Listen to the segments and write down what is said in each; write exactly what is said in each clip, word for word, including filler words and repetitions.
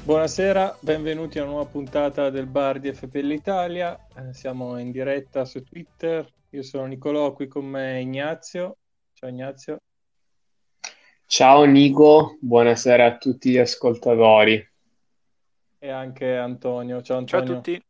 Buonasera, benvenuti a una nuova puntata del bar di F P L Italia. Eh, siamo in diretta su Twitter. Io sono Nicolò, qui con me Ignazio. Ciao Ignazio. Ciao Nico, buonasera a tutti gli ascoltatori. E anche Antonio. Ciao Ciao a Antonio. tutti.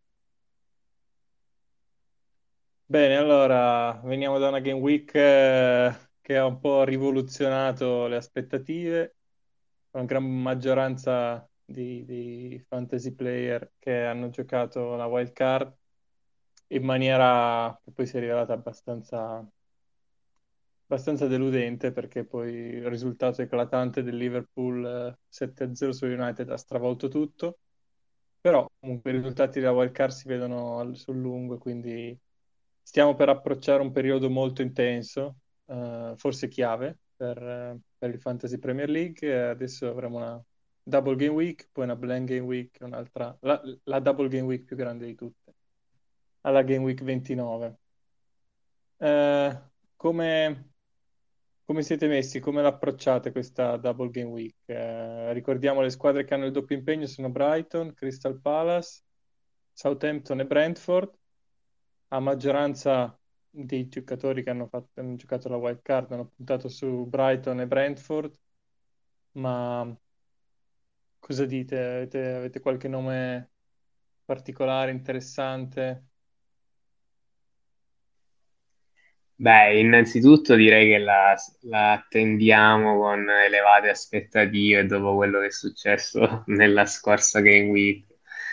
Bene, allora veniamo da una game week eh, che ha un po' rivoluzionato le aspettative, con una gran maggioranza di, di fantasy player che hanno giocato la wild card in maniera che poi si è rivelata abbastanza abbastanza deludente, perché poi il risultato eclatante del Liverpool eh, sette a zero su United ha stravolto tutto. Però comunque i risultati della wild card si vedono al- sul lungo, quindi stiamo per approcciare un periodo molto intenso, eh, forse chiave per, eh, per il Fantasy Premier League. E adesso avremo una double game week, poi una blank game week, un'altra, la, la double game week più grande di tutte, alla game week ventinove. Eh, come, come siete messi? Come l'approcciate questa double game week? Eh, ricordiamo le squadre che hanno il doppio impegno sono Brighton, Crystal Palace, Southampton e Brentford. A maggioranza dei giocatori che hanno, fatto- hanno giocato la wild card hanno puntato su Brighton e Brentford, ma cosa dite? Avete, avete qualche nome particolare, interessante? Beh, innanzitutto direi che la, la attendiamo con elevate aspettative dopo quello che è successo nella scorsa Game Week.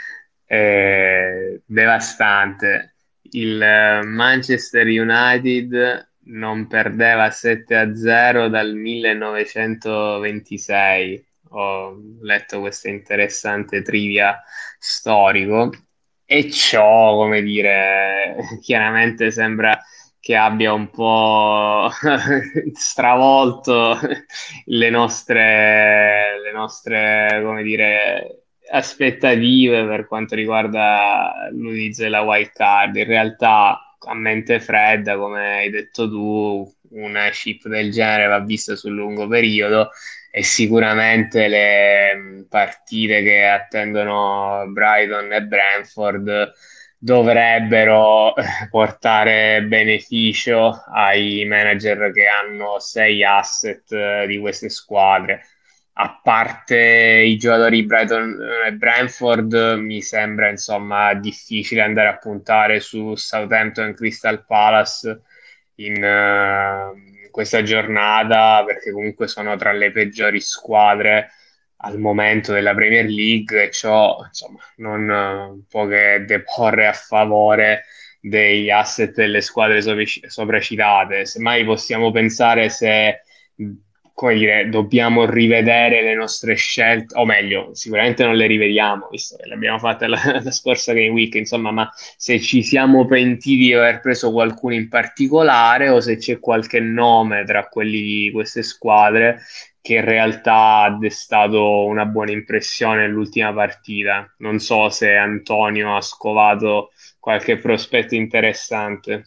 Eh, devastante. Il eh, Manchester United non perdeva sette a zero dal millenovecentoventisei. Ho letto questa interessante trivia storico e ciò, come dire, chiaramente sembra che abbia un po' stravolto le nostre, le nostre, come dire, aspettative per quanto riguarda l'utilizzo della wild card. In realtà, a mente fredda, come hai detto tu, una chip del genere va vista sul lungo periodo e sicuramente le mh, partite che attendono Brighton e Brentford dovrebbero eh, portare beneficio ai manager che hanno sei asset eh, di queste squadre. A parte i giocatori di Brighton e Brentford, mi sembra insomma difficile andare a puntare su Southampton e Crystal Palace in, eh, in questa giornata, perché comunque sono tra le peggiori squadre al momento della Premier League, e ciò insomma non eh, può che deporre a favore degli asset delle squadre sopra- sopracitate. Semmai possiamo pensare se, come dire, dobbiamo rivedere le nostre scelte, o meglio, sicuramente non le rivediamo, visto che le abbiamo fatte la, la scorsa Game Week, insomma, ma se ci siamo pentiti di aver preso qualcuno in particolare o se c'è qualche nome tra quelli di queste squadre che in realtà ha destato una buona impressione nell'ultima partita. Non so se Antonio ha scovato qualche prospetto interessante.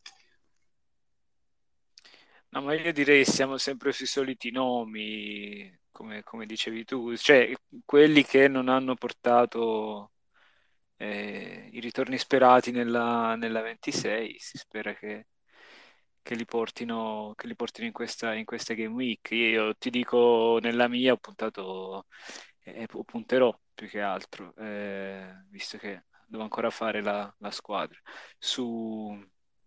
No, ma io direi siamo sempre sui soliti nomi, come, come dicevi tu, cioè quelli che non hanno portato eh, i ritorni sperati nella, nella ventisei. Si spera che, che li portino, che li portino in questa, in questa Game Week. Io ti dico, nella mia ho puntato, eh, o punterò più che altro, eh, visto che devo ancora fare la, la squadra, su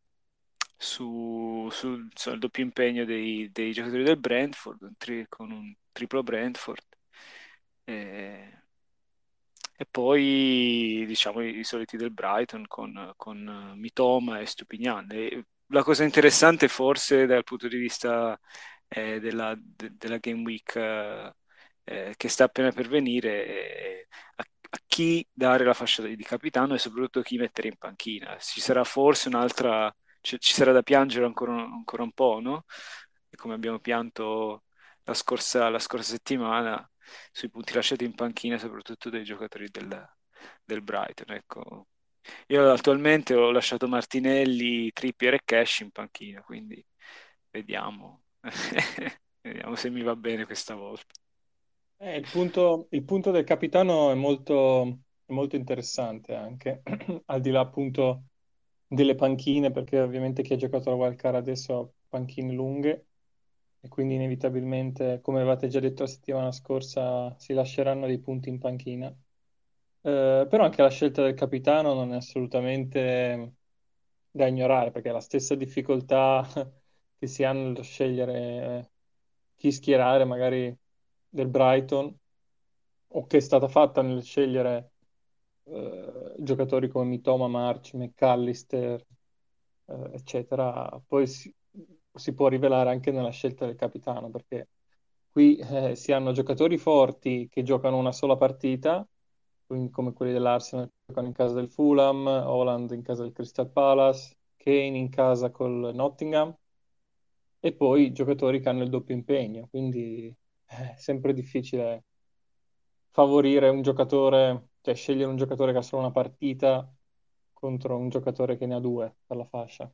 su, sul, sul doppio impegno dei, dei giocatori del Brentford, un tri- con un triplo Brentford. E, e poi diciamo i, i soliti del Brighton con, con Mitoma e Stupignan. E la cosa interessante forse dal punto di vista eh, della, de- della Game Week eh, eh, che sta appena per venire è a, a chi dare la fascia di capitano e soprattutto chi mettere in panchina. Ci sarà forse un'altra, ci, ci sarà da piangere ancora, un- ancora un po', no? E come abbiamo pianto la scorsa, la scorsa settimana sui punti lasciati in panchina, soprattutto dai giocatori del, del Brighton. Ecco. Io attualmente ho lasciato Martinelli, Trippier e Cash in panchina, quindi vediamo. Vediamo se mi va bene questa volta. Eh, il punto, il punto del capitano è molto, è molto interessante anche, al di là appunto delle panchine, perché ovviamente chi ha giocato la wild card adesso ha panchine lunghe e quindi inevitabilmente, come avevate già detto la settimana scorsa, si lasceranno dei punti in panchina. Eh, però anche la scelta del capitano non è assolutamente da ignorare, perché è la stessa difficoltà che si ha nello scegliere chi schierare, magari del Brighton, o che è stata fatta nel scegliere eh, giocatori come Mitoma, March, McAllister, eh, eccetera. Poi si, si può rivelare anche nella scelta del capitano, perché qui eh, si hanno giocatori forti che giocano una sola partita, quindi come quelli dell'Arsenal che giocano in casa del Fulham, Holland in casa del Crystal Palace, Kane in casa col Nottingham, e poi giocatori che hanno il doppio impegno, quindi è sempre difficile favorire un giocatore, cioè scegliere un giocatore che ha solo una partita contro un giocatore che ne ha due per la fascia.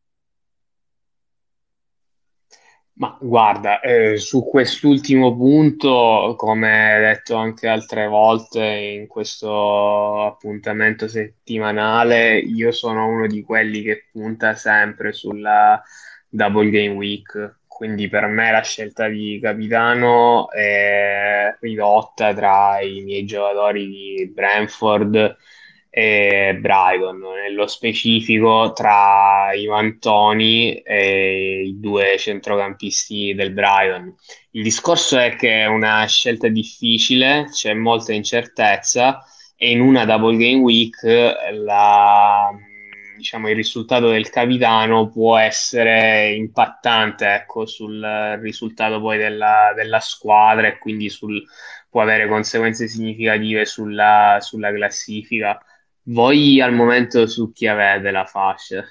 Ma guarda, eh, su quest'ultimo punto, come detto anche altre volte in questo appuntamento settimanale, io sono uno di quelli che punta sempre sulla Double Game Week. Quindi per me la scelta di capitano è ridotta tra i miei giocatori di Brentford e Brighton, nello specifico tra Ivan Toney e i due centrocampisti del Brighton. Il discorso è che è una scelta difficile, c'è molta incertezza e in una double game week la- diciamo, il risultato del capitano può essere impattante, ecco, sul risultato poi della, della squadra e quindi sul- può avere conseguenze significative sulla sulla classifica. Voi al momento su chi avete la fascia?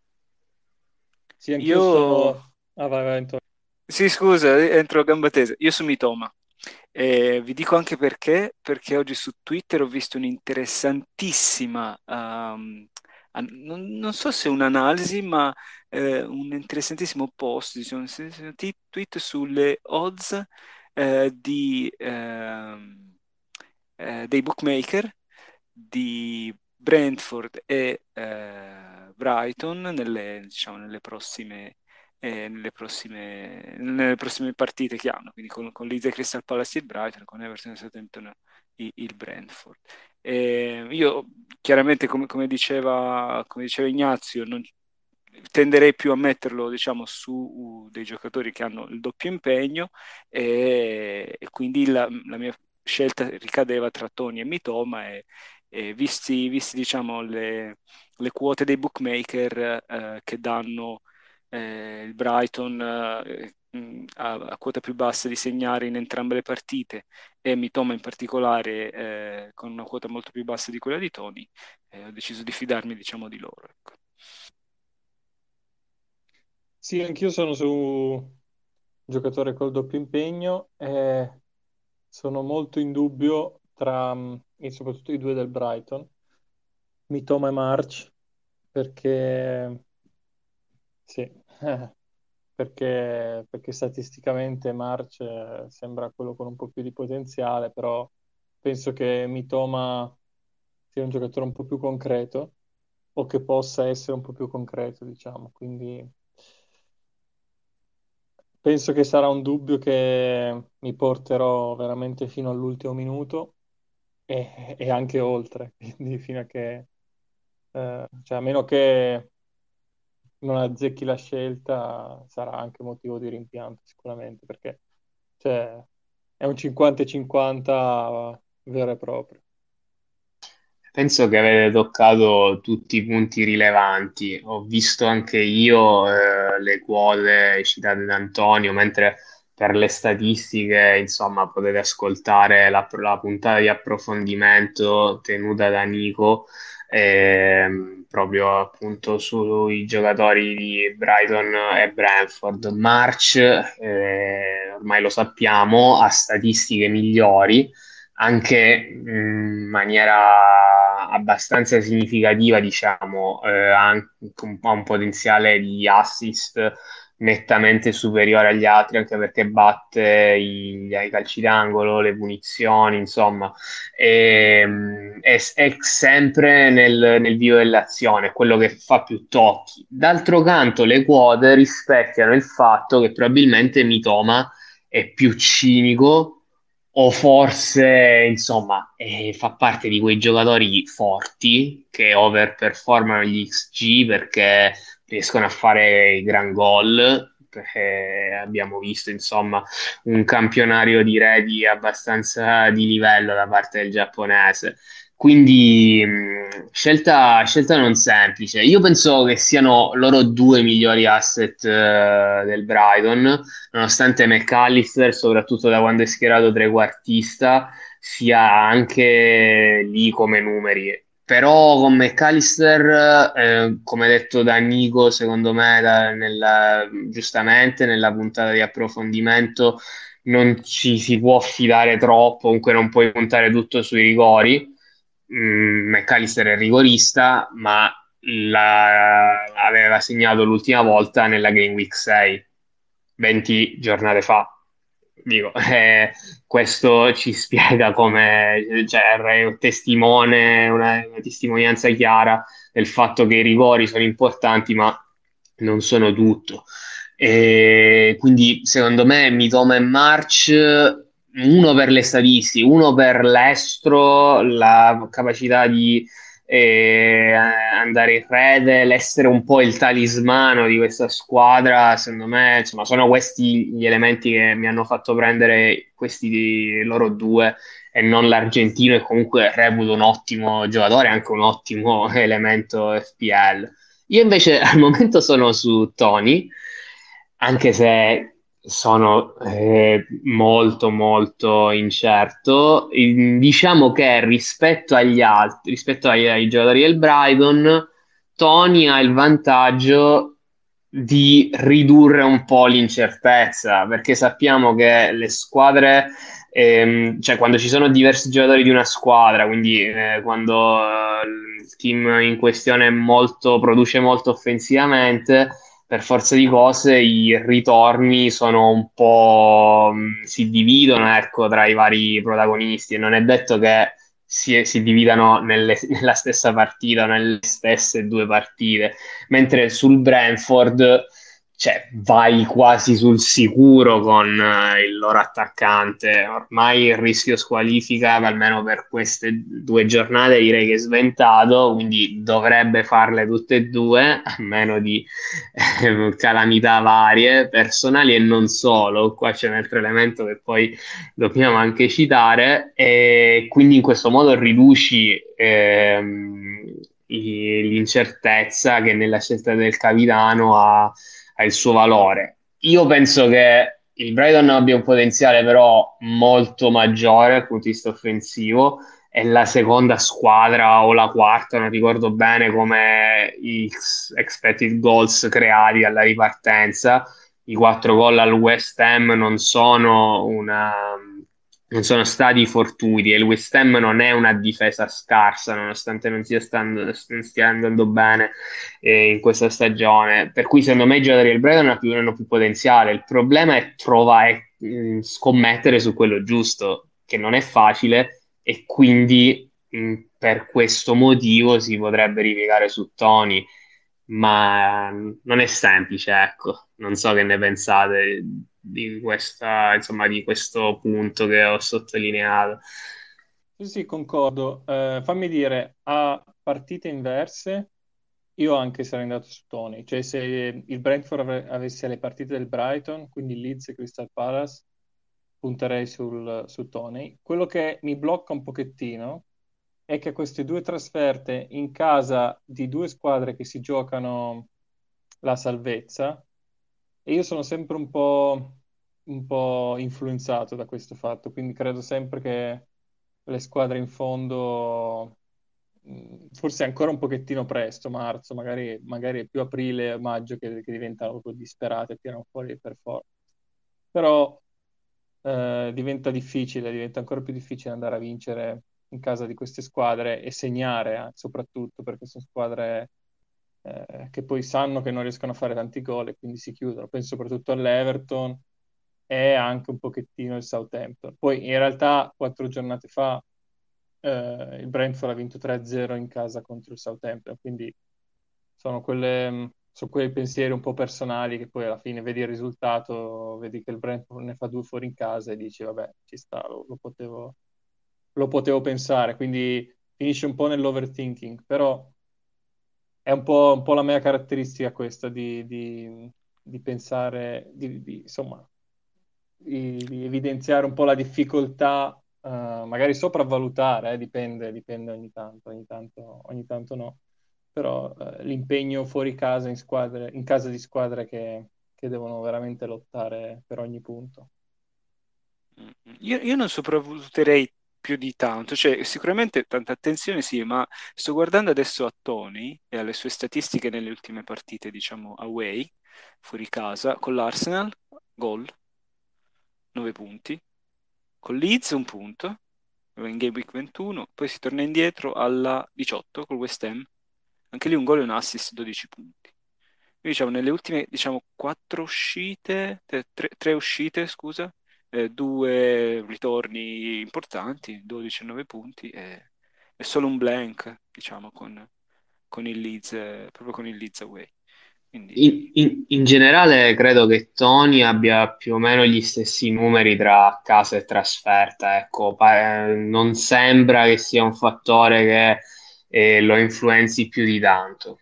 Sì, anch'io Io, sono... Ah, vai, vai, Antonio. sì, scusa, entro a gamba tesa. Io sono Mitoma. E vi dico anche perché, perché oggi su Twitter ho visto un'interessantissima, ehm, an- non, non so se un'analisi, ma eh, un interessantissimo post, diciamo, se- se- ti- tweet sulle odds eh, di, ehm, eh, dei bookmaker di Brentford e eh, Brighton nelle, diciamo, nelle prossime, eh, nelle prossime, nelle prossime partite che hanno, quindi con, con Leeds e Crystal Palace e il Brighton, con Everton e Southampton e il Brentford. Eh, io chiaramente, come, come diceva, come diceva Ignazio, non, tenderei più a metterlo, diciamo, su uh, dei giocatori che hanno il doppio impegno e, e quindi la, la mia scelta ricadeva tra Tony e Mitoma e, e visti, visti, diciamo, le, le quote dei bookmaker eh, che danno eh, il Brighton eh, mh, a, a quota più bassa di segnare in entrambe le partite e Mitoma in particolare eh, con una quota molto più bassa di quella di Tony, eh, ho deciso di fidarmi, diciamo, di loro. Ecco. Sì, anch'io sono su un giocatore col doppio impegno e sono molto in dubbio tra, mh, e soprattutto i due del Brighton, Mitoma e March, perché sì, perché, perché statisticamente March eh, sembra quello con un po' più di potenziale, però penso che Mitoma sia un giocatore un po' più concreto o che possa essere un po' più concreto, diciamo. Quindi penso che sarà un dubbio che mi porterò veramente fino all'ultimo minuto e, e anche oltre, quindi fino a che, eh, cioè a meno che non azzecchi la scelta, sarà anche motivo di rimpianto sicuramente, perché cioè, è un cinquanta e cinquanta vero e proprio. Penso che avete toccato tutti i punti rilevanti. Ho visto anche io eh, le quote citate da Antonio, mentre per le statistiche, insomma, potete ascoltare la, la puntata di approfondimento tenuta da Nico, ehm, proprio appunto sui giocatori di Brighton e Brentford. March, eh, ormai lo sappiamo, ha statistiche migliori anche in maniera abbastanza significativa, diciamo, eh, ha anche un, ha un potenziale di assist nettamente superiore agli altri, anche perché batte i, i calci d'angolo, le punizioni, insomma, e, mh, è, è sempre nel, nel vivo dell'azione, è quello che fa più tocchi. D'altro canto, le quote rispecchiano il fatto che probabilmente Mitoma è più cinico o forse, insomma, eh, fa parte di quei giocatori forti che overperformano gli X G perché riescono a fare i gran gol. Perché abbiamo visto, insomma, un campionario direi di abbastanza di livello da parte del giapponese. Quindi mh, scelta, scelta non semplice. Io penso che siano loro due i migliori asset eh, del Brighton, nonostante McAllister, soprattutto da quando è schierato trequartista, sia anche lì come numeri. Però con McAllister, eh, come detto da Nico, secondo me, da- nella- giustamente nella puntata di approfondimento, non ci si può fidare troppo, comunque non puoi puntare tutto sui rigori. Mm, McAllister è rigorista, ma la- aveva segnato l'ultima volta nella Game Week sei, venti giornate fa. Dico, eh, questo ci spiega come, cioè, è un testimone, una, una testimonianza chiara del fatto che i rigori sono importanti, ma non sono tutto. E quindi, secondo me, Mitoma e March, uno per le statistiche, uno per l'estro, la capacità di eh, andare in rete, l'essere un po' il talismano di questa squadra, secondo me, insomma, sono questi gli elementi che mi hanno fatto prendere questi di loro due e non l'argentino, e comunque reputo un ottimo giocatore, anche un ottimo elemento F P L. Io invece al momento sono su Tony, anche se sono eh, molto molto incerto. In- Diciamo che rispetto agli altri, rispetto ai, ai giocatori del Brighton, Tony ha il vantaggio di ridurre un po' l'incertezza, perché sappiamo che le squadre, ehm, cioè quando ci sono diversi giocatori di una squadra, quindi eh, quando eh, il team in questione è molto, produce molto offensivamente, per forza di cose i ritorni sono un po', mh, si dividono, ecco, tra i vari protagonisti, e non è detto che si, si dividano nelle- nella stessa partita o nelle stesse due partite, mentre sul Brentford, cioè, vai quasi sul sicuro con eh, il loro attaccante. Ormai il rischio squalifica, almeno per queste due giornate, direi che è sventato, quindi dovrebbe farle tutte e due, a meno di eh, calamità varie, personali e non solo. Qua c'è un altro elemento che poi dobbiamo anche citare, e quindi in questo modo riduci ehm, i- l'incertezza che nella scelta del capitano ha, ha il suo valore. Io penso che il Brighton abbia un potenziale però molto maggiore dal punto di vista offensivo, è la seconda squadra o la quarta, non ricordo bene, come i expected goals creati alla ripartenza. I quattro gol al West Ham non sono una, non sono stati fortuiti, e il West Ham non è una difesa scarsa, nonostante non sia stando, stia andando bene eh, in questa stagione. Per cui, secondo me, i giocatori del Brighton hanno più, hanno più potenziale. Il problema è trovare, mh, scommettere su quello giusto, che non è facile, e quindi mh, per questo motivo si potrebbe ripiegare su Tony, ma non è semplice, ecco. Non so che ne pensate di questa, insomma, di questo punto che ho sottolineato. Sì, sì, concordo. Eh, fammi dire, a partite inverse, io anche sarei andato su Tony. Cioè, se il Brentford ave- avesse le partite del Brighton, quindi Leeds e Crystal Palace, punterei sul, su Tony. Quello che mi blocca un pochettino è che queste due trasferte in casa di due squadre che si giocano la salvezza, e io sono sempre un po', un po' influenzato da questo fatto, quindi credo sempre che le squadre in fondo, mh, forse è ancora un pochettino presto, marzo, magari, magari è più aprile, maggio che, che diventano proprio disperate e tirano fuori le performance. Però eh, diventa difficile, diventa ancora più difficile andare a vincere in casa di queste squadre e segnare, eh, soprattutto perché sono squadre eh, che poi sanno che non riescono a fare tanti gol e quindi si chiudono. Penso soprattutto all'Everton e anche un pochettino il Southampton. Poi in realtà quattro giornate fa eh, il Brentford ha vinto tre a zero in casa contro il Southampton, quindi sono quelle, sono quei pensieri un po' personali che poi alla fine vedi il risultato, vedi che il Brentford ne fa due fuori in casa e dici vabbè, ci sta, lo, lo potevo, lo potevo pensare, quindi finisce un po' nell'overthinking, però è un po', un po' la mia caratteristica questa di, di- di pensare, di, di- insomma, di, di evidenziare un po' la difficoltà, eh, magari sopravvalutare, eh, dipende, dipende ogni tanto, ogni tanto, ogni tanto no, però eh, l'impegno fuori casa in squadre, in casa di squadre che, che devono veramente lottare per ogni punto. Io, io non sopravvaluterei più di tanto, cioè sicuramente tanta attenzione sì, ma sto guardando adesso a Tony e alle sue statistiche nelle ultime partite, diciamo, away, fuori casa, con l'Arsenal, gol, nove punti, con Leeds un punto, in Game Week ventuno, poi si torna indietro alla diciotto col West Ham, anche lì un gol e un assist, dodici punti. Quindi diciamo, nelle ultime, diciamo, quattro uscite, tre, tre- tre uscite, scusa, eh, due ritorni importanti, dodici e nove punti, e, e solo un blank, diciamo, con, con il Leeds, eh, proprio con il Leeds away. In, Quindi, in- in generale credo che Tony abbia più o meno gli stessi numeri tra casa e trasferta, ecco, Pa- eh, non sembra che sia un fattore che eh, lo influenzi più di tanto.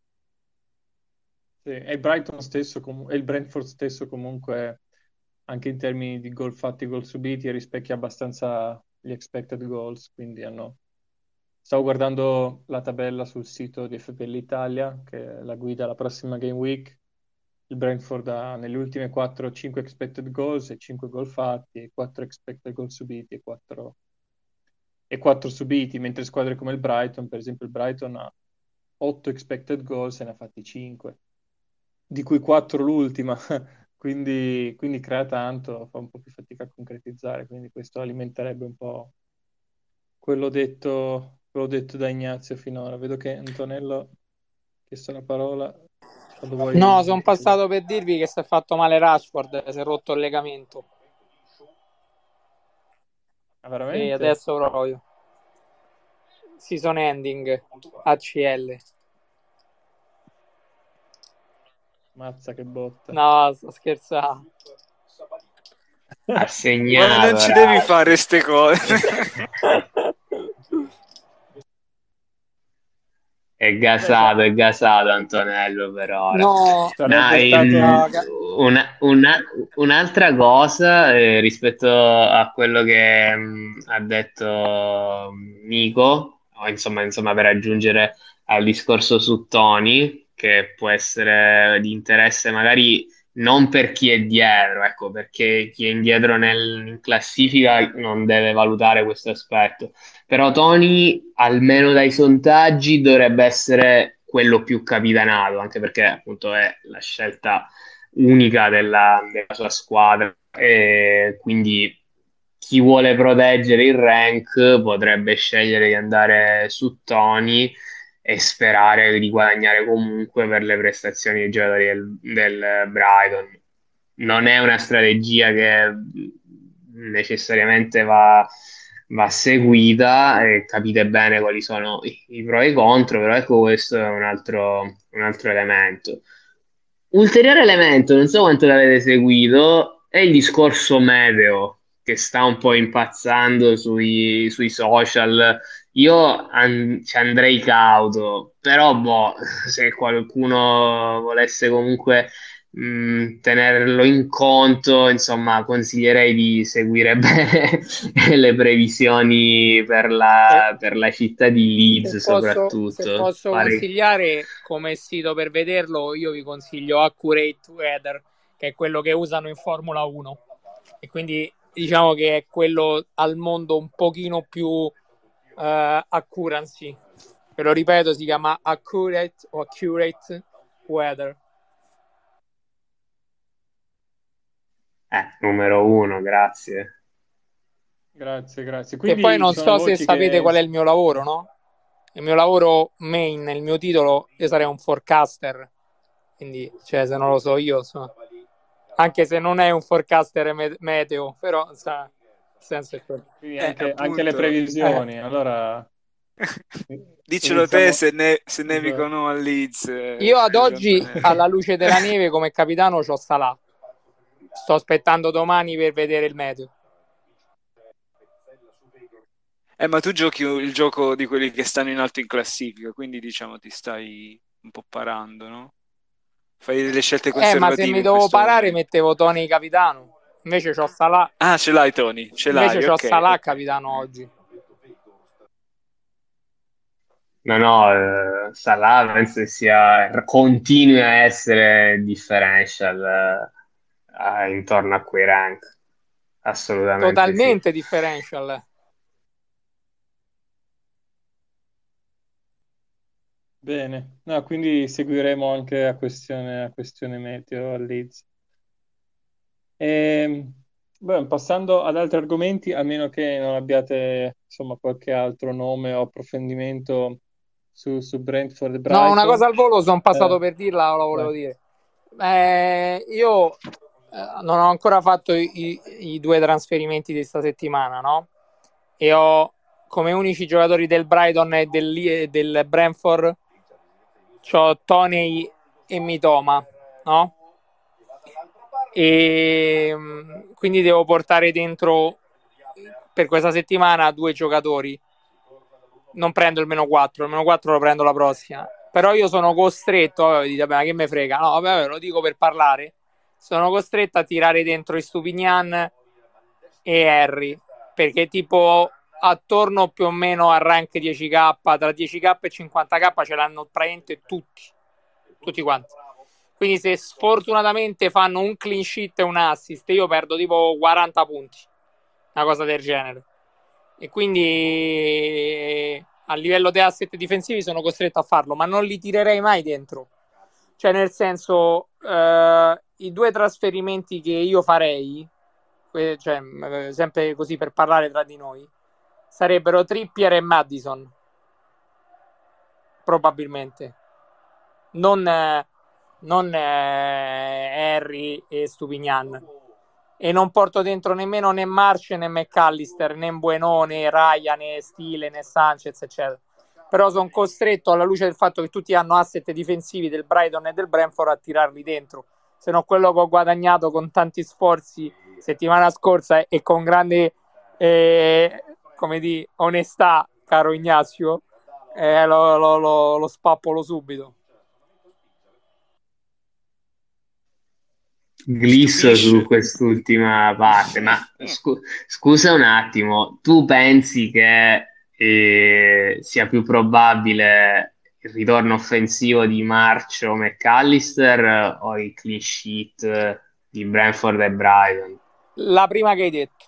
Sì, e il Brighton stesso, comu- e il Brentford stesso comunque, anche in termini di gol fatti, gol subiti, rispecchia abbastanza gli expected goals, quindi hanno. Stavo guardando la tabella sul sito di F P L Italia, che è la guida alla prossima Game Week. Il Brentford ha nelle ultime quattro cinque expected goals e cinque gol fatti, e quattro expected goal subiti e quattro, e quattro subiti, mentre squadre come il Brighton, per esempio il Brighton ha otto expected goals e ne ha fatti cinque, di cui quattro l'ultima, quindi, quindi crea tanto, fa un po' più fatica a concretizzare, quindi questo alimenterebbe un po' quello detto, quello detto da Ignazio finora. Vedo che Antonello ha chiesto la parola, quando No, vuoi sono ti do. passato per dirvi che si è fatto male Rashford, si è rotto il legamento. Ah, E veramente? adesso proprio. Season ending, A C L. Mazza che botta. No, sto scherzando. Ha ma non segnato, ci devi fare ragazzi. ste cose. È Beh, sa- gasato, è gasato Antonello per ora. No, No, sarebbe in- no, stato. ca- una- una- un'altra cosa eh, rispetto a quello che mh, ha detto Nico, o insomma, insomma, per aggiungere al discorso su Tony, che può essere di interesse magari non per chi è dietro, ecco, perché chi è indietro nel- in classifica non deve valutare questo aspetto. Però Tony, almeno dai sondaggi, dovrebbe essere quello più capitanato, anche perché appunto è la scelta unica della, della sua squadra. E quindi chi vuole proteggere il rank potrebbe scegliere di andare su Tony e sperare di guadagnare comunque per le prestazioni dei giocatori del, del Brighton. Non è una strategia che necessariamente va, va seguita e capite bene quali sono i, i pro e i contro, però ecco questo è un altro, un altro elemento. Ulteriore elemento, non so quanto l'avete seguito, è il discorso meteo che sta un po' impazzando sui, sui social. Io an- ci andrei cauto, però boh, se qualcuno volesse comunque mh, tenerlo in conto, insomma, consiglierei di seguire bene le previsioni per eh, la, per la città di se Leeds, posso, se soprattutto. posso Pare consigliare come sito per vederlo, io vi consiglio Accurate Weather, che è quello che usano in Formula uno. E quindi diciamo che è quello al mondo un pochino più eh, accuracy. Ve lo ripeto, si chiama Accurate o Accurate Weather. Eh, numero uno, grazie. Grazie, grazie. Che poi Quindi ci non sono so se voci sapete che. qual è il mio lavoro, no? il mio lavoro main, il mio titolo, io sarei un forecaster, quindi cioè, se non lo so io, so. Anche se non è un forecaster me- meteo, però sa, il senso è quello. Quindi Eh, anche, anche le appunto. previsioni, Eh. allora Diccelo te iniziamo... se, ne, se Esatto. nevicano a Leeds. eh, Io ad oggi, Antonello. alla luce della neve, come capitano, c'ho Salah. Sto aspettando domani per vedere il meteo. Eh, ma tu giochi il gioco di quelli che stanno in alto in classifica, quindi diciamo ti stai un po' parando, no? Fai delle scelte Eh, ma se conservative mi in dovevo questo parare momento. mettevo Tony capitano. Invece c'ho Salah. Ah, ce l'hai Tony, ce Invece l'hai, c'ho ok, Salah ok. capitano oggi. No, no, eh, Salah penso che sia, continui a essere differential eh, eh, intorno a quei rank. Assolutamente sì. Totalmente differential. Bene, no, quindi seguiremo anche a questione, a questione meteo a Leeds. E, beh, passando ad altri argomenti, a meno che non abbiate insomma qualche altro nome o approfondimento su, su Brentford e No, una Brighton. cosa al volo, sono passato Eh, per dirla, la volevo vai. dire. Eh, io eh, non ho ancora fatto i, i- i due trasferimenti di questa settimana, no? E ho come unici giocatori del Brighton e del, e del Brentford c'ho Toney e Mitoma, no? E mh, quindi devo portare dentro per questa settimana due giocatori. Non prendo il meno quattro, il meno quattro lo prendo la prossima. Però io sono costretto, vabbè, dite, vabbè, ma che me frega? No, vabbè, lo dico per parlare. Sono costretto a tirare dentro i Stupignan e Harry, perché tipo attorno più o meno al rank dieci K, tra dieci K e cinquanta K ce l'hanno praticamente tutti, tutti quanti. Quindi se sfortunatamente fanno un clean sheet e un assist, io perdo tipo quaranta punti, una cosa del genere. E quindi a livello di asset difensivi sono costretto a farlo, ma non li tirerei mai dentro. Cioè, nel senso, eh, i due trasferimenti che io farei, que- cioè, eh, sempre così per parlare tra di noi, sarebbero Trippier e Madison, probabilmente. Non, eh, non eh, Harry e Stupignan. E non porto dentro nemmeno né March né McAllister, né Bueno, né Raya, né Stile, né Sanchez, eccetera. Però sono costretto, alla luce del fatto che tutti hanno asset difensivi del Brighton e del Brentford, a tirarli dentro. Se no quello che ho guadagnato con tanti sforzi settimana scorsa e con grande eh, come di onestà, caro Ignazio, eh, lo, lo, lo, lo spappolo subito. Glisso su Stupisce. quest'ultima parte, ma scu- scusa un attimo, tu pensi che eh, sia più probabile il ritorno offensivo di March o McAllister o il clean sheet di Brentford e Brighton? La prima che hai detto.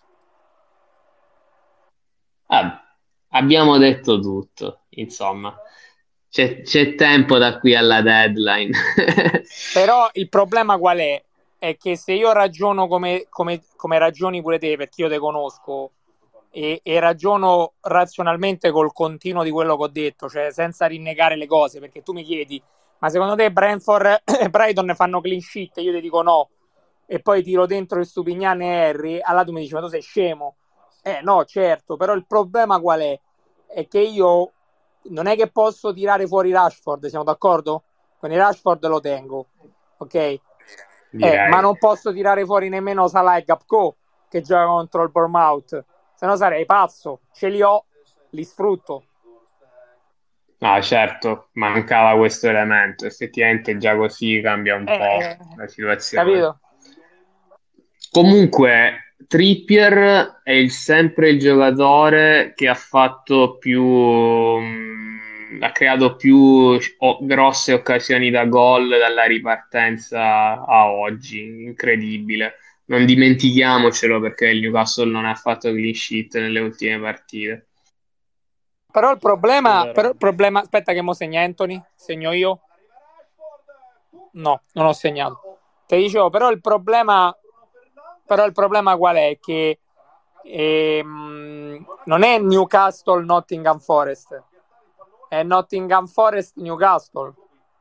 Ah, abbiamo detto tutto, insomma, c'è c'è tempo da qui alla deadline. Però il problema qual è? È che se io ragiono come, come, come ragioni pure te, perché io te conosco, e, e ragiono razionalmente col continuo di quello che ho detto, cioè senza rinnegare le cose, perché tu mi chiedi, ma secondo te Brentford e Brighton fanno clean sheet? Io ti dico no, e poi tiro dentro il Stupignan e Harry, allora tu mi dici, ma tu sei scemo? Eh no, certo, però il problema qual è? È che io non è che posso tirare fuori Rashford, siamo d'accordo? Quindi Rashford lo tengo, ok? Eh, ma Direi. non posso tirare fuori nemmeno Salah e Gapco che gioca contro il Bournemouth, se no sarei pazzo. Ce li ho, li sfrutto. No, certo, mancava questo elemento. Effettivamente già così cambia un po' Eh, la situazione. capito? Comunque, Trippier è il- sempre il giocatore che ha fatto più, mh, ha creato più o- grosse occasioni da gol dalla ripartenza a oggi. Incredibile. Non dimentichiamocelo perché il Newcastle non ha fatto clean sheet nelle ultime partite. Però il Sì, è problema, però vero. il problema, aspetta che mo segna Anthony, segno io? No, non ho segnato. Ti dicevo, però il problema, però il problema qual è? Che ehm, non è Newcastle Nottingham Forest, è Nottingham Forest Newcastle.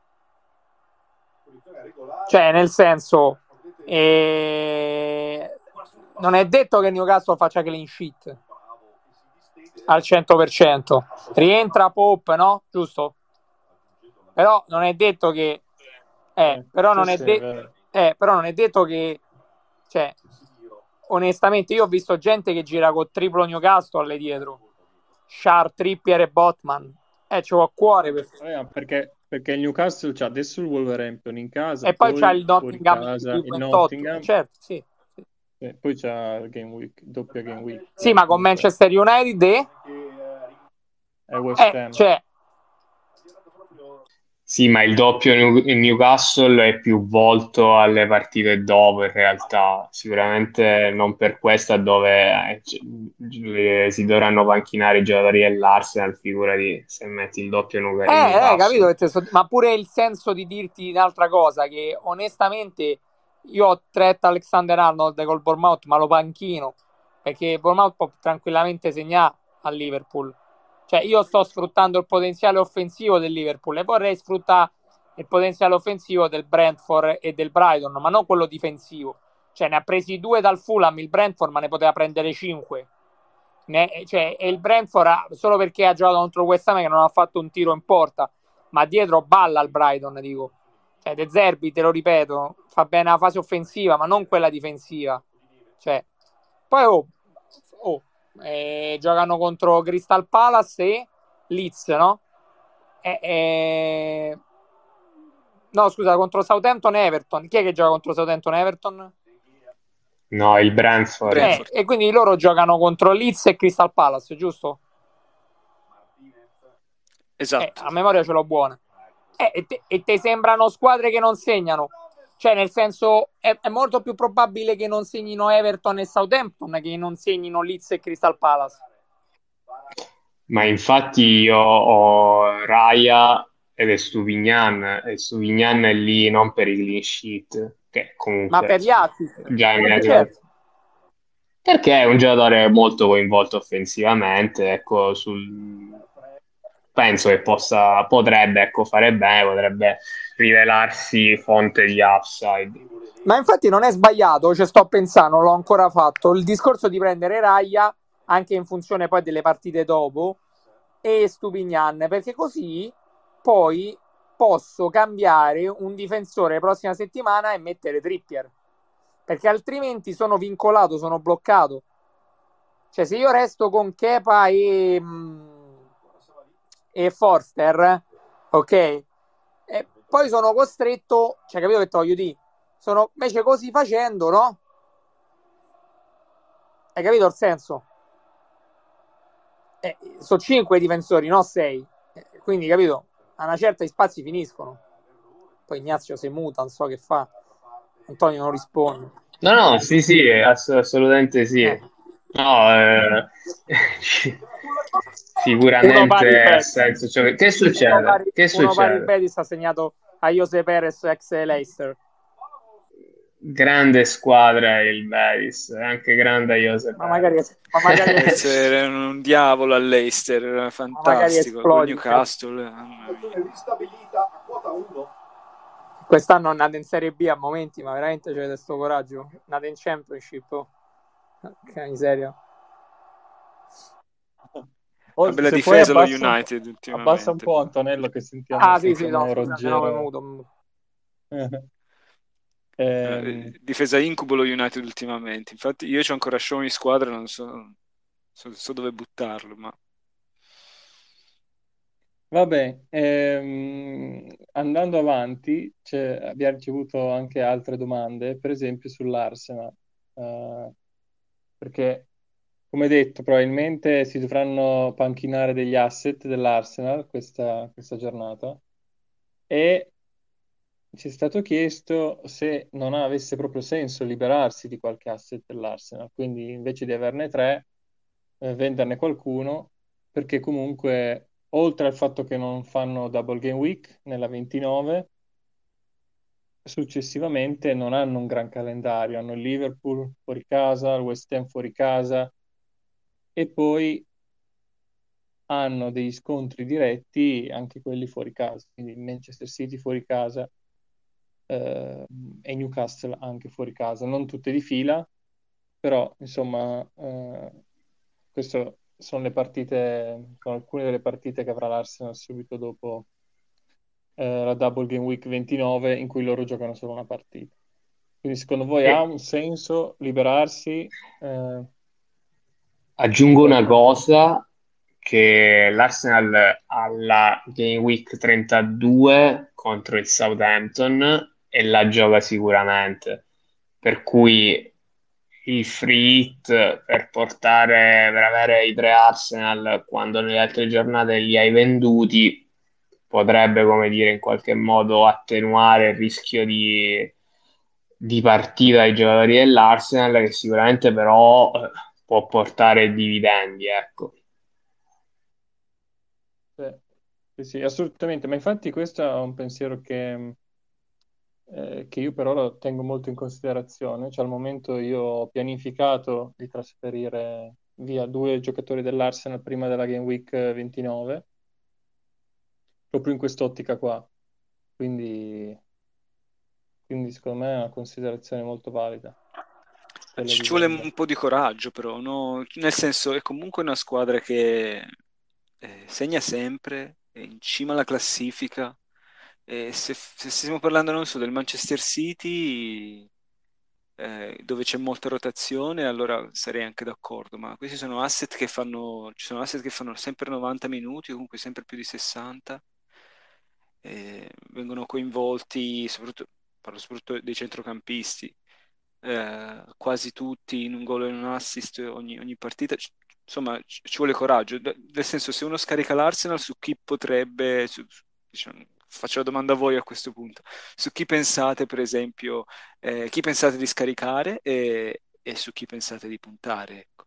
Cioè, nel senso, eh, non è detto che Newcastle faccia clean sheet al cento per cento. Rientra Pope, no? Giusto? Però non è detto che eh, Eh, però sì, non è sì, è detto vero. eh, però non è detto che, cioè, onestamente io ho visto gente che gira col triplo Newcastle dietro, Shar, Trippier e Botman. Eh, c'ho a cuore per... Eh, perché, perché il Newcastle c'ha adesso il Wolverhampton in casa, E poi c'ha poi il fuori Nottingham casa il più ventotto, eh, Nottingham, certo, sì. Sì, e poi c'ha il game week, doppia game week. sì, ma con Comunque Manchester United e... è West Eh, Ham. cioè, Sì, ma il doppio New- il Newcastle è più volto alle partite dopo, in realtà. Sicuramente non per questa dove eh, c- eh, si dovranno panchinare i giocatori dell'Arsenal, figurati se metti il doppio Nu- eh, eh, capito Newcastle. che te sto- ma pure il senso di dirti un'altra cosa, che onestamente io ho Trent Alexander-Arnold col Bournemouth, ma lo panchino, perché Bournemouth può tranquillamente segnare a Liverpool. Cioè, io sto sfruttando il potenziale offensivo del Liverpool e vorrei sfruttare il potenziale offensivo del Brentford e del Brighton, ma non quello difensivo. Cioè, ne ha presi due dal Fulham il Brentford, ma ne poteva prendere cinque. Ne- cioè, e il Brentford ha- solo perché ha giocato contro il West Ham che non ha fatto un tiro in porta, ma dietro balla il Brighton, dico. Cioè, De Zerbi, te lo ripeto, fa bene la fase offensiva, ma non quella difensiva. Cioè, poi oh, oh, eh, giocano contro Crystal Palace e Leeds, no? Eh, eh, No, scusa, contro Southampton e Everton. Chi è che gioca contro Southampton e Everton? No, il Brentford. Eh, Brentford. e quindi loro giocano contro Leeds e Crystal Palace, giusto? Eh, Esatto. a memoria ce l'ho buona. Eh, e, te, e te sembrano squadre che non segnano? Cioè, nel senso, è, è molto più probabile che non segnino Everton e Southampton che non segnino Leeds e Crystal Palace. Ma infatti io ho Raya ed è Stuvignan, e Stuvignan è lì non per i clean sheet, che Ma comunque per gli assist? già in Eh, mezzo. certo. Perché è un giocatore molto coinvolto offensivamente, ecco, sul... penso che possa, potrebbe, ecco, fare bene, potrebbe rivelarsi fonte di upside. Ma infatti non è sbagliato, ci sto pensando, non l'ho ancora fatto. Il discorso di prendere Raya, anche in funzione poi delle partite dopo, e Stupignan, perché così poi posso cambiare un difensore la prossima settimana e mettere Trippier. Perché altrimenti sono vincolato, sono bloccato. Cioè, se io resto con Kepa e, e Forster, ok? E poi sono costretto, cioè, capito che te voglio dire? Sono invece così facendo, no? Hai capito il senso? Eh, sono cinque difensori, no sei. Eh, quindi, capito? A una certa i spazi finiscono. Poi Ignazio si muta, non so che fa. Antonio non risponde. No, no, sì, sì, ass- assolutamente sì. Eh. No, eh, Uno pari il sicuramente ha Betis. senso. Cioè, che Uno succede? pari, Che uno pari il succede? Betis ha segnato a Jose Perez, ex Leicester. Grande squadra il Betis, anche grande Jose Ma magari, Perez. ma magari, Essere un diavolo all'Eister, ma magari fantastico, col esplodi. Newcastle, mamma mia. Quest'anno andate in Serie B a momenti, ma veramente c'è questo coraggio. Andate in Championship. Oh. Che miseria. O, Una bella se puoi difesa lo abbassa un po', United abbassa un ultimamente. po' Antonello che sentiamo Ah, sì, sì, no, senza scusate, no, mi Ruggero. muto, mi muto. Ehm, Eh, difesa incubo lo United ultimamente. Infatti io c'ho ancora Shaw in squadra, non so, so, so dove buttarlo, ma Vabbè, ehm, andando avanti, c'è- abbiamo ricevuto anche altre domande, per esempio sull'Arsenal, eh, perché, come detto, probabilmente si dovranno panchinare degli asset dell'Arsenal questa, questa giornata e ci è stato chiesto se non avesse proprio senso liberarsi di qualche asset dell'Arsenal, quindi invece di averne tre, eh, venderne qualcuno, perché comunque, oltre al fatto che non fanno double game week nella ventinove, successivamente non hanno un gran calendario, hanno il Liverpool fuori casa, il West Ham fuori casa e poi hanno degli scontri diretti anche quelli fuori casa, quindi Manchester City fuori casa eh, e Newcastle anche fuori casa, non tutte di fila, però insomma eh, queste sono le partite, sono alcune delle partite che avrà l'Arsenal subito dopo eh, la Double Game Week ventinove in cui loro giocano solo una partita. Quindi secondo voi ha E un senso liberarsi? Eh, aggiungo poi una appunto, cosa, che l'Arsenal alla Game Week trentadue contro il Southampton e la gioca sicuramente, per cui il free hit per portare, per avere i tre Arsenal quando nelle altre giornate li hai venduti potrebbe, come dire, in qualche modo attenuare il rischio di, di partita ai giocatori dell'Arsenal, che sicuramente però eh, può portare dividendi, ecco. sì, sì, sì, assolutamente, ma infatti questo è un pensiero che, eh, che io per ora tengo molto in considerazione, cioè al momento io ho pianificato di trasferire via due giocatori dell'Arsenal prima della Game Week ventinove, proprio in quest'ottica qua, quindi, quindi secondo me è una considerazione molto valida, quella Ci di ci vuole vendere. un po' di coraggio, però, no? Nel senso, è comunque una squadra che eh, segna sempre, è in cima alla classifica. E se, se stiamo parlando, non so, del Manchester City, eh, dove c'è molta rotazione, allora sarei anche d'accordo, ma questi sono asset che fanno, ci sono asset che fanno sempre novanta minuti, o comunque sempre più di sessanta, e vengono coinvolti, soprattutto, parlo soprattutto dei centrocampisti, eh, quasi tutti in un gol e in un assist ogni, ogni partita. C- Insomma, ci ci vuole coraggio. D- Nel senso, se uno scarica l'Arsenal, su chi potrebbe, su- su- diciamo, faccio la domanda a voi a questo punto, su chi pensate, per esempio, eh, chi pensate di scaricare e, e su chi pensate di puntare? Ecco.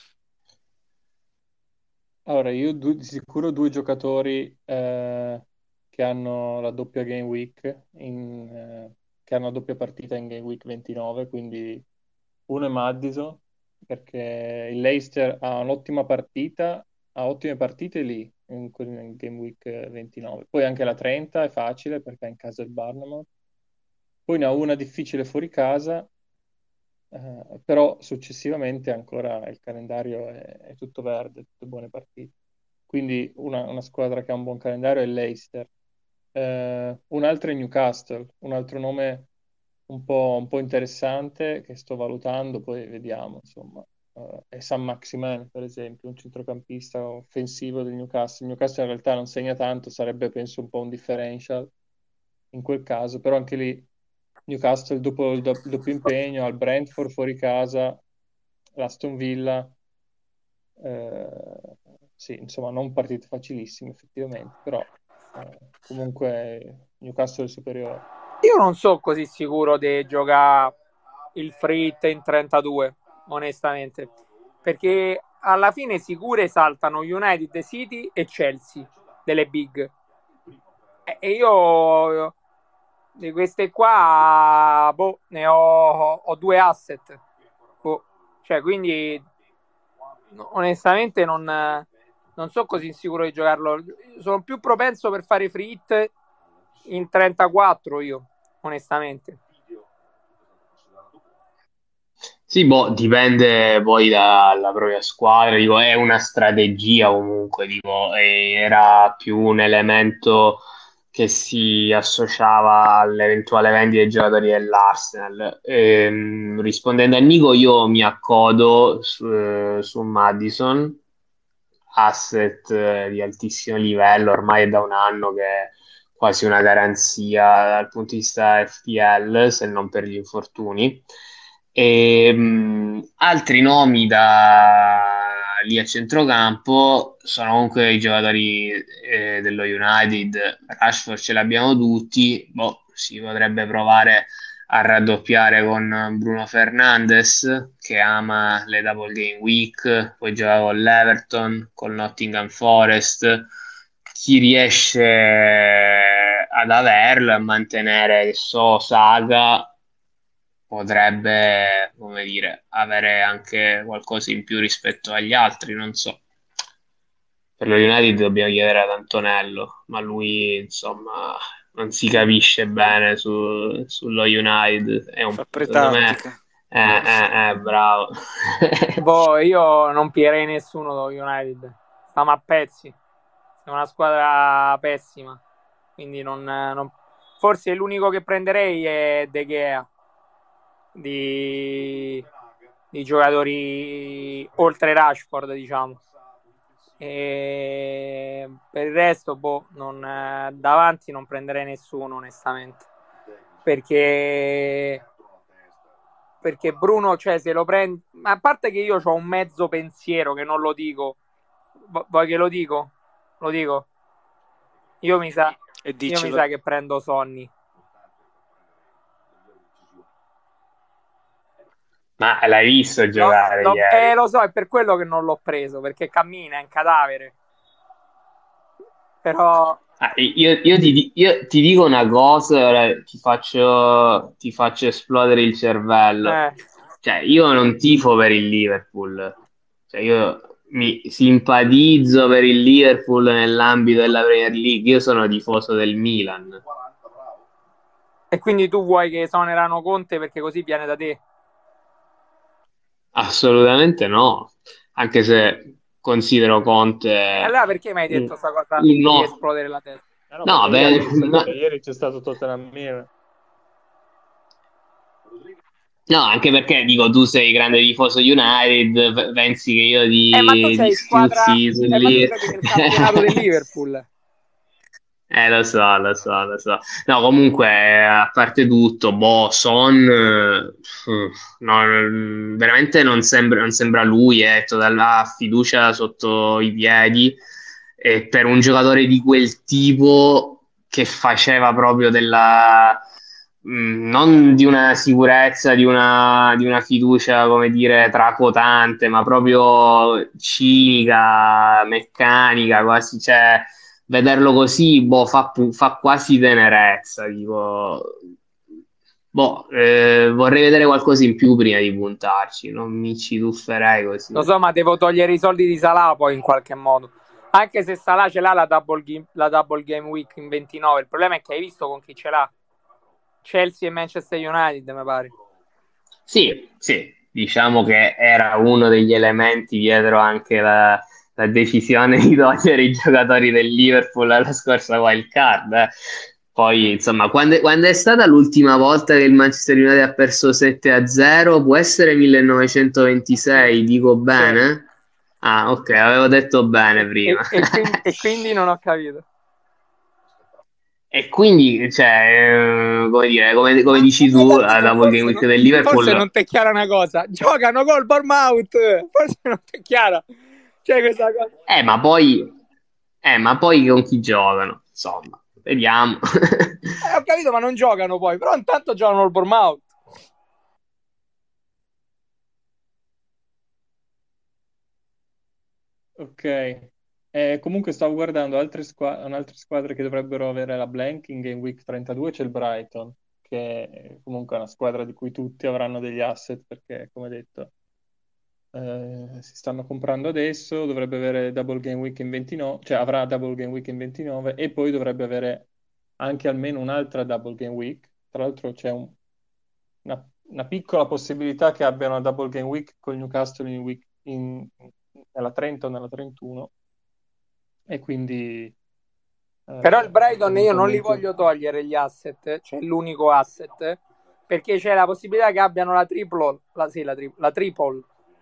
Allora, io du- di sicuro due giocatori eh, che hanno la doppia Game Week, in, eh, che hanno la doppia partita in Game Week ventinove, quindi uno è Maddison, perché il Leicester ha un'ottima partita, ha ottime partite lì, in, quel- in Game Week ventinove. Poi anche la trenta è facile perché è in casa il Bournemouth. Poi ne ha una difficile fuori casa, eh, però successivamente ancora il calendario è, è tutto verde, tutte buone partite. Quindi una, una squadra che ha un buon calendario è il Leicester. Eh, un altro è Newcastle, un altro nome un po', un po' interessante che sto valutando, poi vediamo, insomma. Eh, è San Maximin, per esempio, un centrocampista offensivo del Newcastle. Il Newcastle in realtà non segna tanto, sarebbe penso un po' un differential in quel caso, però anche lì Newcastle dopo il do- doppio impegno al Brentford fuori casa, l'Aston Villa, eh, sì, insomma, non partite facilissime effettivamente, però eh, comunque Newcastle è superiore. Io non sono così sicuro di giocare il free hit in trentadue, onestamente, perché alla fine sicure saltano United, City e Chelsea delle big. E e io di queste qua, boh, ne ho, ho due asset. Boh. Cioè, quindi no- onestamente non, non sono così sicuro di giocarlo. Sono più propenso per fare free hit in trentaquattro io, onestamente. Sì, boh, dipende poi dalla propria squadra, dico, è una strategia comunque, dico, e era più un elemento che si associava all'eventuale vendita dei giocatori dell'Arsenal. Ehm, rispondendo a Nico, io mi accodo su, su Madison, asset eh, di altissimo livello, ormai è da un anno che è quasi una garanzia dal punto di vista F P L, se non per gli infortuni. E, mh, altri nomi da lì a centrocampo sono comunque i giocatori eh, dello United. Rashford ce l'abbiamo tutti, boh, si potrebbe provare a raddoppiare con Bruno Fernandes che ama le double game week, poi gioca con l'Everton, col Nottingham Forest. Chi riesce ad averlo e a mantenere, che so, Saga potrebbe, come dire, avere anche qualcosa in più rispetto agli altri, non so. per lo United dobbiamo chiedere ad Antonello, ma lui insomma non si capisce bene su, sullo United, è un, Fa secondo me pretattica. è, è- è bravo. Boh, io non pierei nessuno do United. Stiamo a pezzi. È una squadra pessima. Quindi non, non- forse l'unico che prenderei è De Gea di, di giocatori oltre Rashford, diciamo. E per il resto, boh, non, eh, davanti non prenderei nessuno, onestamente. Perché perché Bruno, cioè, se lo prende, ma a parte che io ho un mezzo pensiero che non lo dico, vu- vuoi che lo dico? Lo dico. Io mi sa, E io mi dicelo. sa che prendo Sonny. Ma l'hai visto Lo, giocare lo- eh, ieri? lo so, è per quello che non l'ho preso, perché cammina, è un cadavere. Però, Ah, io, io ti, di- io ti dico una cosa, ora ti faccio, ti faccio esplodere il cervello. eh, Cioè, io non tifo per il Liverpool, cioè, io mi simpatizzo per il Liverpool nell'ambito della Premier League. Io sono tifoso del Milan. e quindi tu vuoi che esonerano Conte perché così viene da te? Assolutamente no, anche se considero E Conte allora perché mi hai un, detto questa cosa un di no. esplodere la testa? Eh no, No, perché beh, ieri, no, ieri c'è stato Tottenham Milan. no, anche perché dico tu sei grande tifoso United, p- pensi che io Eh, ma tu ti, ti sei squadra, struzzi su eh, ma tu lì? giochi nel campionato del Liverpool. Eh, lo so, lo so, lo so. No, comunque, eh, a parte tutto, boh, Son, eh, no, mm, veramente non sembra, non sembra lui, eh, totale fiducia sotto i piedi. E per un giocatore di quel tipo che faceva proprio della, mm, non di una sicurezza, di una, di una fiducia, come dire, tracotante, ma proprio cinica, meccanica, quasi, cioè vederlo così, boh, fa, pu- fa quasi tenerezza, tipo, boh, eh, vorrei vedere qualcosa in più prima di puntarci, non mi ci tufferei Lo così. so, ma devo togliere i soldi di Salah poi in qualche modo. Anche se Salah ce l'ha la double game, la double game week in ventinove. Il problema è che hai visto con chi ce l'ha. Chelsea e Manchester United, mi pare. Sì, sì, diciamo che era uno degli elementi dietro anche la, la decisione di togliere i giocatori del Liverpool alla scorsa wild card. eh. Poi, insomma, quando, quando è stata l'ultima volta che il Manchester United ha perso sette a zero? Può essere Sì, millenovecentoventisei, dico sì. bene? Ah, ok, avevo detto bene E, prima. e- e quindi, e quindi non ho capito. E quindi, cioè, eh, come dire, come, come Ma dici hai tu, la capito? Double Game Forse Week non, del forse non Liverpool. ti è chiara una cosa. Giocano col Bournemouth. Forse non ti è chiara. C'è questa cosa. Eh, ma poi, eh, ma poi con chi giocano? Insomma, vediamo. Eh, ho capito, ma non giocano poi. Però intanto giocano il Bournemouth. Ok. Eh, comunque stavo guardando altre, squa- un'altre squadre che dovrebbero avere la blank in Game Week trentadue, c'è il Brighton, che è comunque una squadra di cui tutti avranno degli asset perché, come detto, eh, si stanno comprando adesso, dovrebbe avere Double Game Week in ventinove, cioè avrà Double Game Week in ventinove e poi dovrebbe avere anche almeno un'altra Double Game Week. Tra l'altro c'è un- una, una piccola possibilità che abbia una Double Game Week con Newcastle in week, in- nella trenta o nella trentuno e quindi Però il eh, Brighton io non li eventualmente. voglio togliere gli asset, cioè l'unico asset, perché c'è la possibilità che abbiano la triple, la, sì, la, tri- la triple.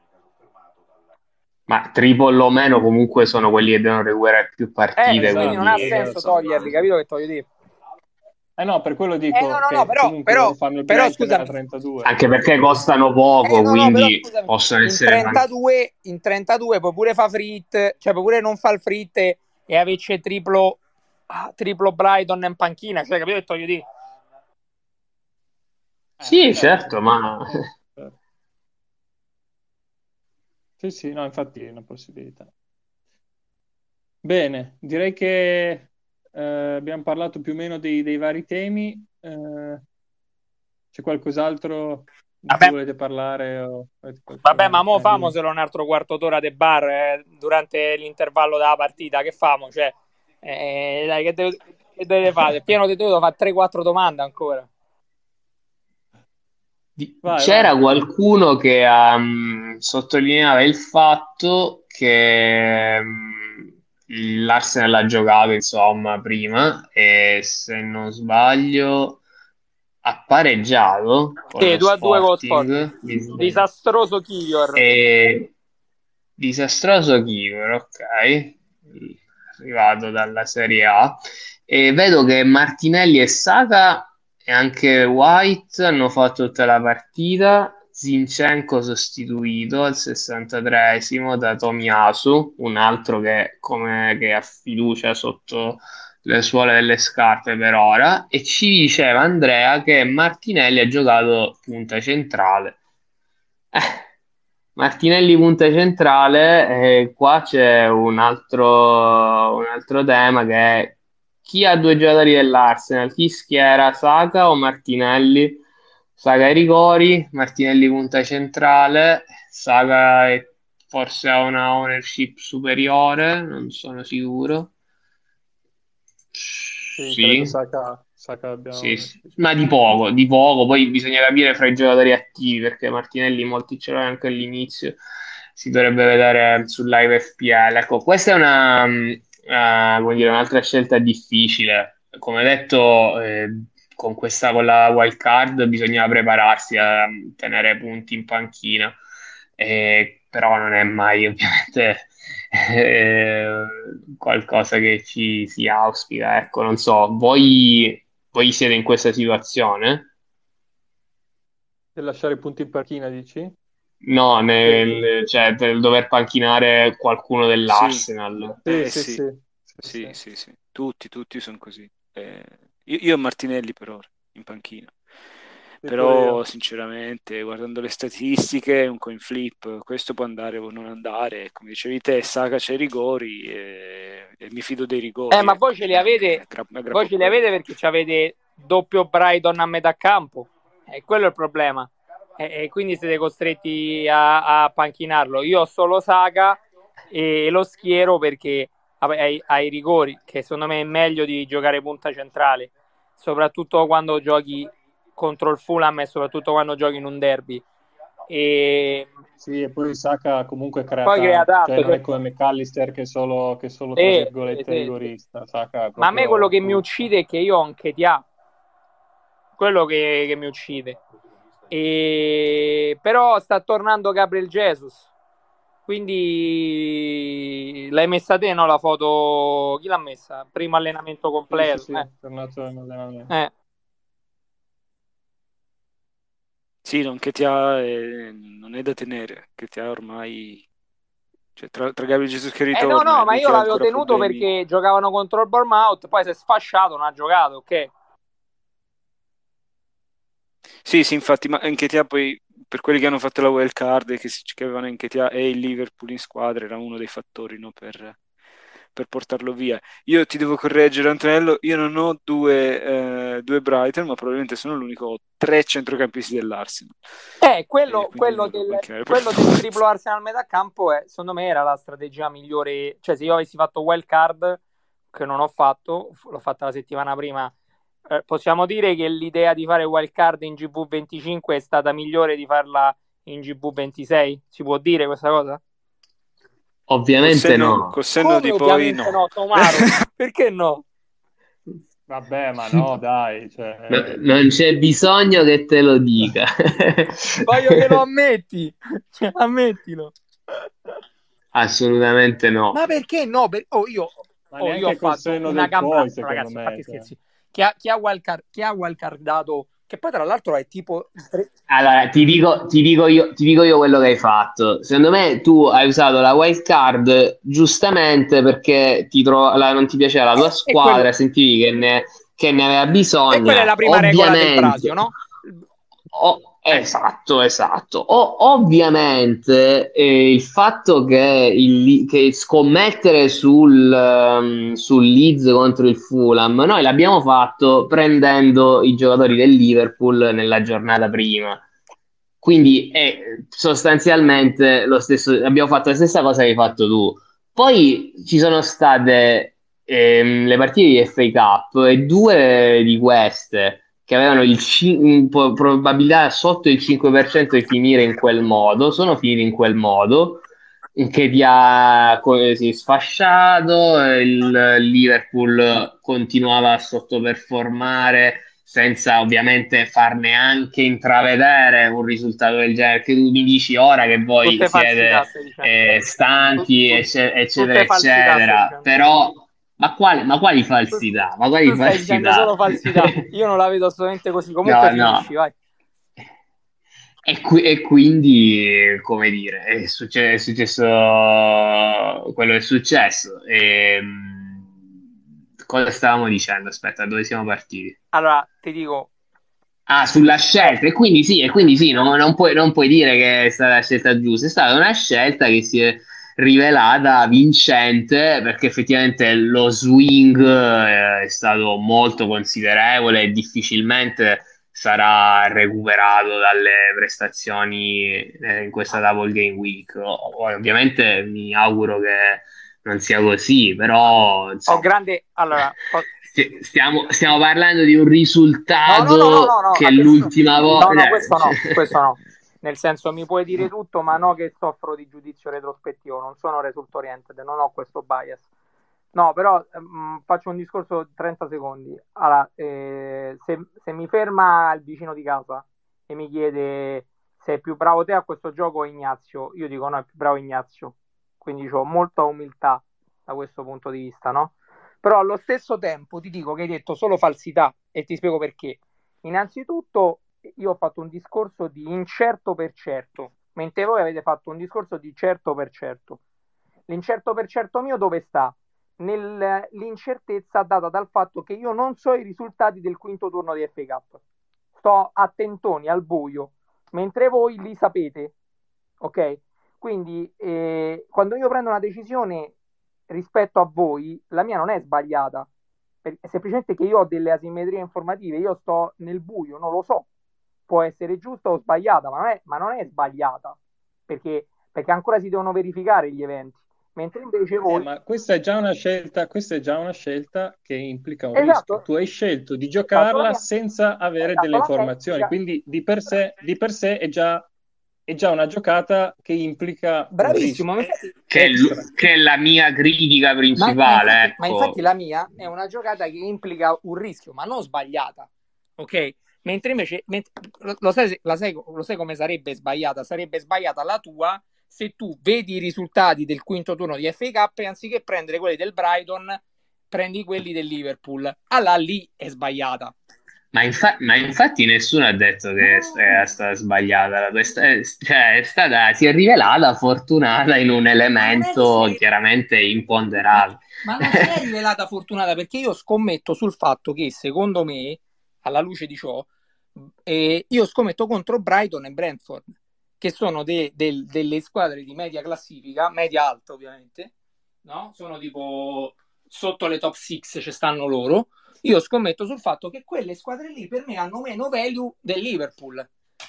Ma Tripoli o meno comunque sono quelli che devono recuperare più Eh, partite, e quindi non ha Esatto, quindi senso esatto. toglierli, insomma. capito che voglio dire? Eh no, per quello Eh no, dico no, no, che però, comunque loro però, fanno il però blank nella scusami. trentadue. Anche perché costano Eh poco, no, no, però quindi scusami, possono in essere tanti. trentadue, in trentadue puoi pure fa frit, cioè puoi pure non fa il frit e, e averci triplo, ah, triplo Brighton in panchina, cioè capito che voglio dire? Eh, Sì, certo, certo, ma certo, certo. Sì, sì, no, infatti è una possibilità. Bene, direi che eh, abbiamo parlato più o meno dei, dei vari temi. Eh, c'è qualcos'altro di cui Vabbè, volete parlare o avete vabbè, qualche... ma mo eh, dimmi. famoselo un altro quarto d'ora de bar eh, durante l'intervallo della partita. Che famo? Cioè, eh, dai, che, deve- che dovete fare? Pieno di dovuto fare tre quattro domande ancora. Di- Vai, vai. C'era qualcuno che um, sottolineava il fatto che um, l'Arsenal ha giocato, insomma, prima e se non sbaglio ha pareggiato con Sì, lo due a due con lo Sporting. Sporting. Mi- Disastroso Kivior. E disastroso Kiwior, ok, arrivato dalla Serie A. E vedo che Martinelli e Saka e anche White hanno fatto tutta la partita. Zinchenko sostituito al sessantatreesimo da Tomiyasu, un altro che, come, che ha fiducia sotto le suole delle scarpe per ora. E ci diceva Andrea che Martinelli ha giocato punta centrale. Eh, Martinelli punta centrale, e qua c'è un altro, un altro tema che è chi ha due giocatori dell'Arsenal, chi schiera Saka o Martinelli? Saka ai rigori, Martinelli punta centrale, Saka è- forse ha una ownership superiore, non sono sicuro. Sì, credo Sì, Saka, Saka abbia sì, una... sì, ma di poco, di poco, poi bisogna capire fra i giocatori attivi perché Martinelli molti ce l'aveva anche all'inizio, si dovrebbe vedere sul live F P L. Ecco, questa è una, mh, eh, come dire, un'altra scelta difficile. Come detto, eh, con questa, con la wild card bisogna prepararsi a mm, tenere punti in panchina. Eh, però non è mai ovviamente eh, qualcosa che ci si auspica. Ecco, non so, voi, voi siete in questa situazione? E lasciare i punti in panchina, dici? No, Sì, nel, cioè del dover panchinare qualcuno Sì, dell'Arsenal. sì, eh sì, sì, sì, sì, sì. sì, sì, sì. Tutti, tutti sono così. Eh, io, io ho Martinelli per ora, in panchina. Sì, pure Però, io. sinceramente, guardando le statistiche, un coin flip, questo può andare o non andare. Come dicevi te, Saka c'è i rigori e, e mi fido dei Eh, rigori, ma voi ecco. ce li Eh, avete, aggra- aggrappo voi a ce li quello. avete perché ci avete doppio Brighton a metà campo. E quello è il problema. E, e quindi siete costretti a, a panchinarlo. Io ho solo Saka e lo schiero perché vabbè, ai, ai rigori, che secondo me è meglio di giocare punta centrale, soprattutto quando giochi contro il Fulham e soprattutto quando giochi in un derby. E Sì, e poi Saka comunque crea poi crea tanto, cioè tanto. non Cioè, è come McAllister che è solo, che è solo tra sì, sì, virgolette sì, sì. rigorista. Saka è Ma a me quello proprio che mi tutto. uccide è che io ho un Ketia, quello che, che mi uccide. E... Però sta tornando Gabriel Jesus. Quindi l'hai messa te, no? La foto. Chi l'ha messa? Primo allenamento Sì, sì, completo. sì, Eh. è tornato in allenamento. Eh. Sì, non che ti ha, eh, non è da tenere, che ti ha ormai, cioè, tra, tra Gabriel Jesus che Eh, no, ritorna no, e ma lui io che ha l'avevo ancora tenuto problemi. perché giocavano contro il Bournemouth, poi si è sfasciato, non ha giocato, ok? Sì, sì, infatti, ma Nketiah poi, per quelli che hanno fatto la wild card e che, si- che avevano Nketiah e il Liverpool in squadra, era uno dei fattori, no, per, per portarlo via. Io ti devo correggere, Antonello, io non ho due, eh, due Brighton, ma probabilmente sono l'unico, ho tre centrocampisti dell'Arsenal. Eh, E quello, quindi quello uno devo del, panchinare per quello del triplo forza. Arsenal metà campo è, secondo me era la strategia migliore. Cioè, se io avessi fatto wild card, che non ho fatto, f- l'ho fatta la settimana prima, eh, possiamo dire che l'idea di fare wild card in G V venticinque è stata migliore di farla in G V ventisei? Si può dire questa cosa? Col Ovviamente senno, no. col senno Come di poi ovviamente no. no, Tomaro? Perché no? Vabbè, ma no, dai, No, cioè, non c'è bisogno che te lo dica. Voglio che lo ammetti, cioè, ammettilo. Assolutamente Ma no. perché no? Per- oh, io, ma oh, io ho neanche col fatto senno una del campagna, poi, secondo ragazzi, a me. parte Cioè. scherzi, chi ha, chi ha wildcard, chi ha wildcardato, che poi tra l'altro è tipo tre- Allora, ti dico, ti dico io, ti dico io quello che hai fatto. Secondo me tu hai usato la wild card giustamente perché ti tro- la- non ti piaceva la tua e, e quello, squadra, sentivi che ne, che ne aveva e quella è la bisogno. prima regola del Ovviamente, Brasio, no? o- Eh, esatto, esatto. O- ovviamente eh, il fatto che, il- che scommettere sul, ehm, sul Leeds contro il Fulham, noi l'abbiamo fatto prendendo i giocatori del Liverpool nella giornata prima. quindi è sostanzialmente lo stesso, abbiamo fatto la stessa cosa che hai fatto tu. Poi ci sono state ehm, le partite di F A Cup e due di queste che avevano il cin- po- probabilità sotto il cinque per cento di finire in quel modo, sono finiti in quel modo che ti ha co- sì, sfasciato, il Liverpool continuava a sottoperformare senza ovviamente far neanche intravedere un risultato del genere, che tu mi dici ora che voi Tutte falsità, siete stai dicendo. eh, Tu- stanchi, tu- ecce- eccetera, tutte falsità, stai eccetera, dicendo. però ma quali, ma quali Tu, falsità? Ma quali tu stai dicendo falsità? solo falsità. Io non la vedo assolutamente così. Comunque No, no. finisci, vai. E, qui- e quindi, come dire, è, succe- è successo quello che è successo. E, mh, cosa stavamo dicendo? Aspetta, dove siamo partiti? Allora, ti dico, Ah, sulla eh, scelta, e quindi sì, e quindi sì, non, non puoi, non puoi dire che è stata la scelta giusta, è stata una scelta che si è rivelata vincente perché effettivamente lo swing eh, è stato molto considerevole e difficilmente sarà recuperato dalle prestazioni eh, in questa Double Game Week. O- Poi, ovviamente mi auguro che non sia così, però ho insomma, grande... Allora, ho- sti- stiamo, stiamo parlando di un no, no, no, no, no, risultato no, che adesso... l'ultima No, no, volta... questo no, questo no. Nel senso, mi puoi dire tutto, ma no che soffro di giudizio retrospettivo. Non sono result oriented, non ho questo bias. No, però ehm, faccio un discorso di trenta secondi. Allora, eh, se, se mi ferma il vicino di casa e mi chiede se è più bravo te a questo gioco o Ignazio, io dico no, è più bravo Ignazio. Quindi ho molta umiltà da questo punto di vista, no? Però allo stesso tempo ti dico che hai detto solo falsità e ti spiego perché. Innanzitutto io ho fatto un discorso di incerto per certo, mentre voi avete fatto un discorso di certo per certo. L'incerto per certo mio dove sta? Nell'incertezza data dal fatto che io non so i risultati del quinto turno di F A Cup. Sto attentoni al buio, mentre voi li sapete, ok? Quindi eh, quando io prendo una decisione rispetto a voi, la mia non è sbagliata, è semplicemente che io ho delle asimmetrie informative, io sto nel buio, non lo so, può essere giusta o sbagliata, ma non è, ma non è sbagliata, perché, perché ancora si devono verificare gli eventi, mentre invece Eh, voi... ma questa è già una scelta, questa è già una scelta che implica un rischio. Esatto, Tu hai scelto di esatto, la giocarla mia, senza avere delle esatto, la mia informazioni, implica... quindi di per sé, di per sé è già, è già una giocata che implica un Bravissimo, rischio ma infatti, Che è, extra. l- che è la mia critica ma, ma principale, infatti, ma infatti ecco. la mia è una giocata che implica un rischio, ma non sbagliata, ok? Mentre invece, ment- lo, lo sai, la sai- lo sai come sarebbe sbagliata? Sarebbe sbagliata la tua se tu vedi i risultati del quinto turno di F A Cup e anziché prendere quelli del Brighton, prendi quelli del Liverpool. Allora lì è sbagliata. Ma, infa- ma infatti nessuno ha detto che è è No, stata sbagliata. La tua- è, cioè, è stata, si è rivelata fortunata in un ma non è che si elemento è... chiaramente Ma, imponderabile. ma non si è rivelata fortunata perché io scommetto sul fatto che secondo me, alla luce di ciò, eh, io scommetto contro Brighton e Brentford, che sono de- del- delle squadre di media classifica, media alta ovviamente, no? Sono tipo sotto le top sei ci stanno loro. Io scommetto sul fatto che quelle squadre lì per me hanno meno value del Liverpool,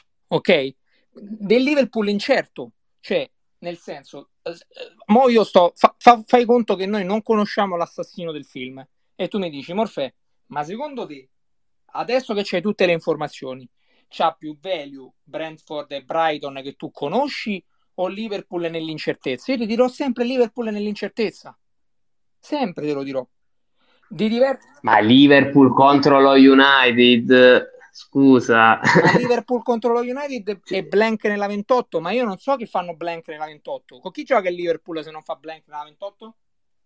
ok? Del Liverpool incerto, cioè nel senso, eh, mo io sto, fa, fa- fai conto che noi non conosciamo l'assassino del film e tu mi dici, Morfè, ma secondo te, adesso che c'hai tutte le informazioni, c'ha più value Brentford e Brighton che tu conosci o Liverpool nell'incertezza? Io ti dirò sempre Liverpool nell'incertezza, sempre te lo dirò. Di diversi... Ma Liverpool contro lo United, scusa. Ma Liverpool contro lo United Cioè, è blank nella ventotto, ma io non so che fanno blank nella ventotto. Con chi gioca il Liverpool se non fa blank nella ventotto?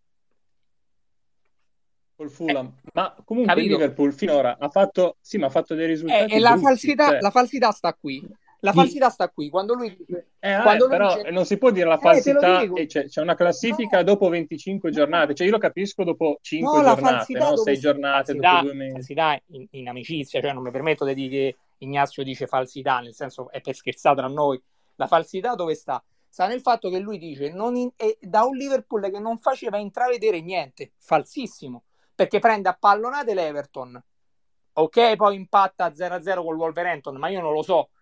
Col Eh, Fulham. Ma comunque il capito? Liverpool finora ha fatto, sì, ma ha fatto dei E, e risultati la brutti. falsità, Cioè, la falsità sta qui. La chi- falsità sta qui. Quando lui dice, eh, eh, quando lui però dice non si può dire la eh, te lo falsità dico. e c'è, c'è una classifica No, dopo venticinque no, giornate. Cioè, io lo capisco dopo no, cinque la giornate, falsità no? dove sei sta? giornate, dopo Falsità, due mesi. falsità in, in amicizia, cioè non mi permetto di dire che Ignazio dice falsità, nel senso è per scherzare tra noi. La falsità dove sta? Sta nel fatto che lui dice non in, è da un Liverpool che non faceva intravedere niente, falsissimo, perché prende a pallonate l'Everton, ok, poi impatta zero a zero col Wolverhampton, ma io non lo so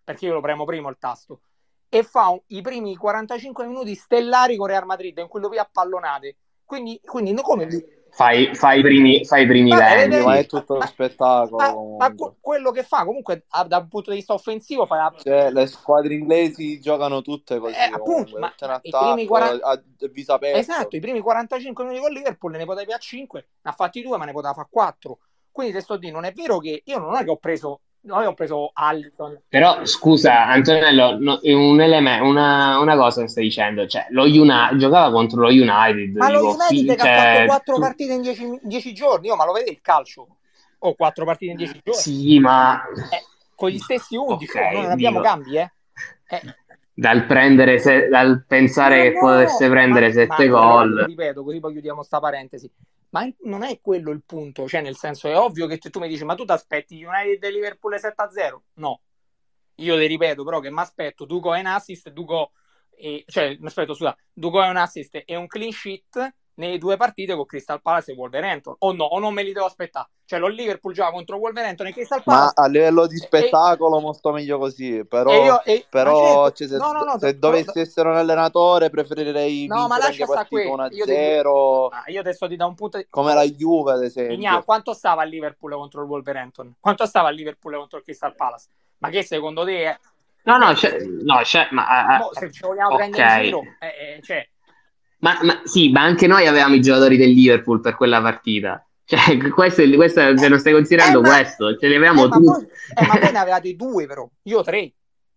perché io lo premo primo il tasto, e fa un, i primi quarantacinque minuti stellari con Real Madrid in cui lo via a pallonate. Quindi, quindi no, come... Fai, fai, i primi, fai i primi Vabbè, venti. vedi, Ma è tutto lo ma, spettacolo ma, ma comunque. que- quello che fa comunque ah, dal punto di vista offensivo fa la... Cioè, le squadre inglesi giocano tutte così eh, appunto, comunque, ma, tutte in ma i primi attacco, quaranta a viso aperto. esatto, i primi quarantacinque minuti con Liverpool ne potevi a cinque, ne ha fatti due, ma ne poteva fare quattro. Quindi te sto dicendo, non è vero che io non è che ho preso, non è che ho preso Allison. Però scusa Antonello, no, è un eleme- una, una cosa che stai dicendo, cioè lo United giocava contro lo United, Ma lo dico, United fi- che ha fatto cioè, quattro tu- partite in dieci, dieci giorni, io, ma lo vedi il calcio? O quattro partite in dieci giorni? sì, ma Eh, con gli stessi undici, oh, noi ok, non abbiamo dico, cambi, eh? eh. dal prendere se- dal pensare Ma che no, potesse prendere ma, sette ma guarda, te lo gol. ripeto, così poi chiudiamo sta parentesi. Ma non è quello il punto, cioè nel senso è ovvio che tu mi dici, ma tu ti aspetti United e Liverpool sette a zero? No. Io ti ripeto però che mi aspetto due gol in assist, due gol e, cioè, mi aspetto, scusa, due gol in assist e un clean sheet nelle due partite con Crystal Palace e Wolverhampton. O no, o non me li devo aspettare. Cioè lo Liverpool gioca contro Wolverhampton e Crystal Ma Palace. a livello di e, spettacolo molto meglio così, e però, io, e, ma però certo, cioè, se, no, no, no, se però, dovessi essere un allenatore preferirei no, ma vincere anche lascia sta partite qui. Io ti dico, uno a zero, ah, io adesso ti da un punto di... come la Juve ad Ignà, esempio. quanto stava il Liverpool contro il Wolverhampton? Quanto stava il Liverpool contro il Crystal Palace? Ma che secondo te è... No, no, Eh, c'è, no, c'è, ma, mo, eh, se ci vogliamo ok. prendere in giro, eh, eh, cioè... Ma, ma sì, ma anche noi avevamo i giocatori del Liverpool per quella partita. Cioè, questo, è- questo è- se Eh, non stai eh, considerando ma, questo, ce li eh, avevamo ma voi, tutti. eh, ma voi ne avevate due però, io tre.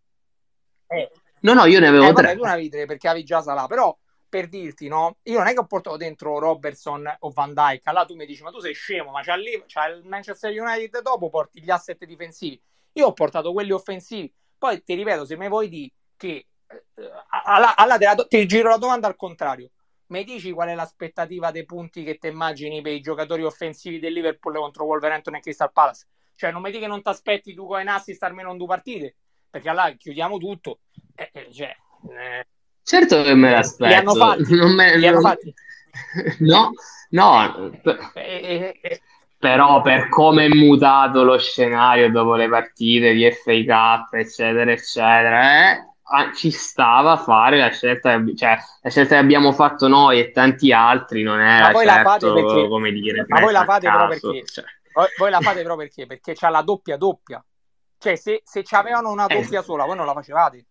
Eh, No, no, io ne eh avevo vabbè, tre. tu ne avevi tre perché avevi già Salah, però per dirti, no? Io non è che ho portato dentro Robertson o Van Dijk, allora tu mi dici, ma tu sei scemo, ma c'è il, c'è il Manchester United dopo, porti gli asset difensivi. Io ho portato quelli offensivi. Poi ti ripeto, se mi vuoi dire che... Eh, alla, alla, te la- ti giro la domanda al contrario. Mi dici qual è l'aspettativa dei punti che ti immagini per i giocatori offensivi del Liverpool contro Wolverhampton e Crystal Palace? Cioè, non mi dici che non ti aspetti tu con assist almeno in due partite? Perché allora chiudiamo tutto. Eh, eh, cioè, eh, Certo che me li hanno l'aspetto. fatti? Non me- Li hanno non- fatti? No, no. Eh, per- eh, eh, eh, Però per come è mutato lo scenario dopo le partite di F A Cup, eccetera, eccetera, eh, ah, ci stava a fare la scelta, che- cioè la scelta che abbiamo fatto noi e tanti altri non ma era voi la fate certo, perché... come dire, Ma voi presa la a fate però caso. perché... Cioè, Voi, voi la fate però perché? Perché c'ha la doppia doppia. Cioè, se, se c'avevano una eh, doppia sola, voi non la facevate.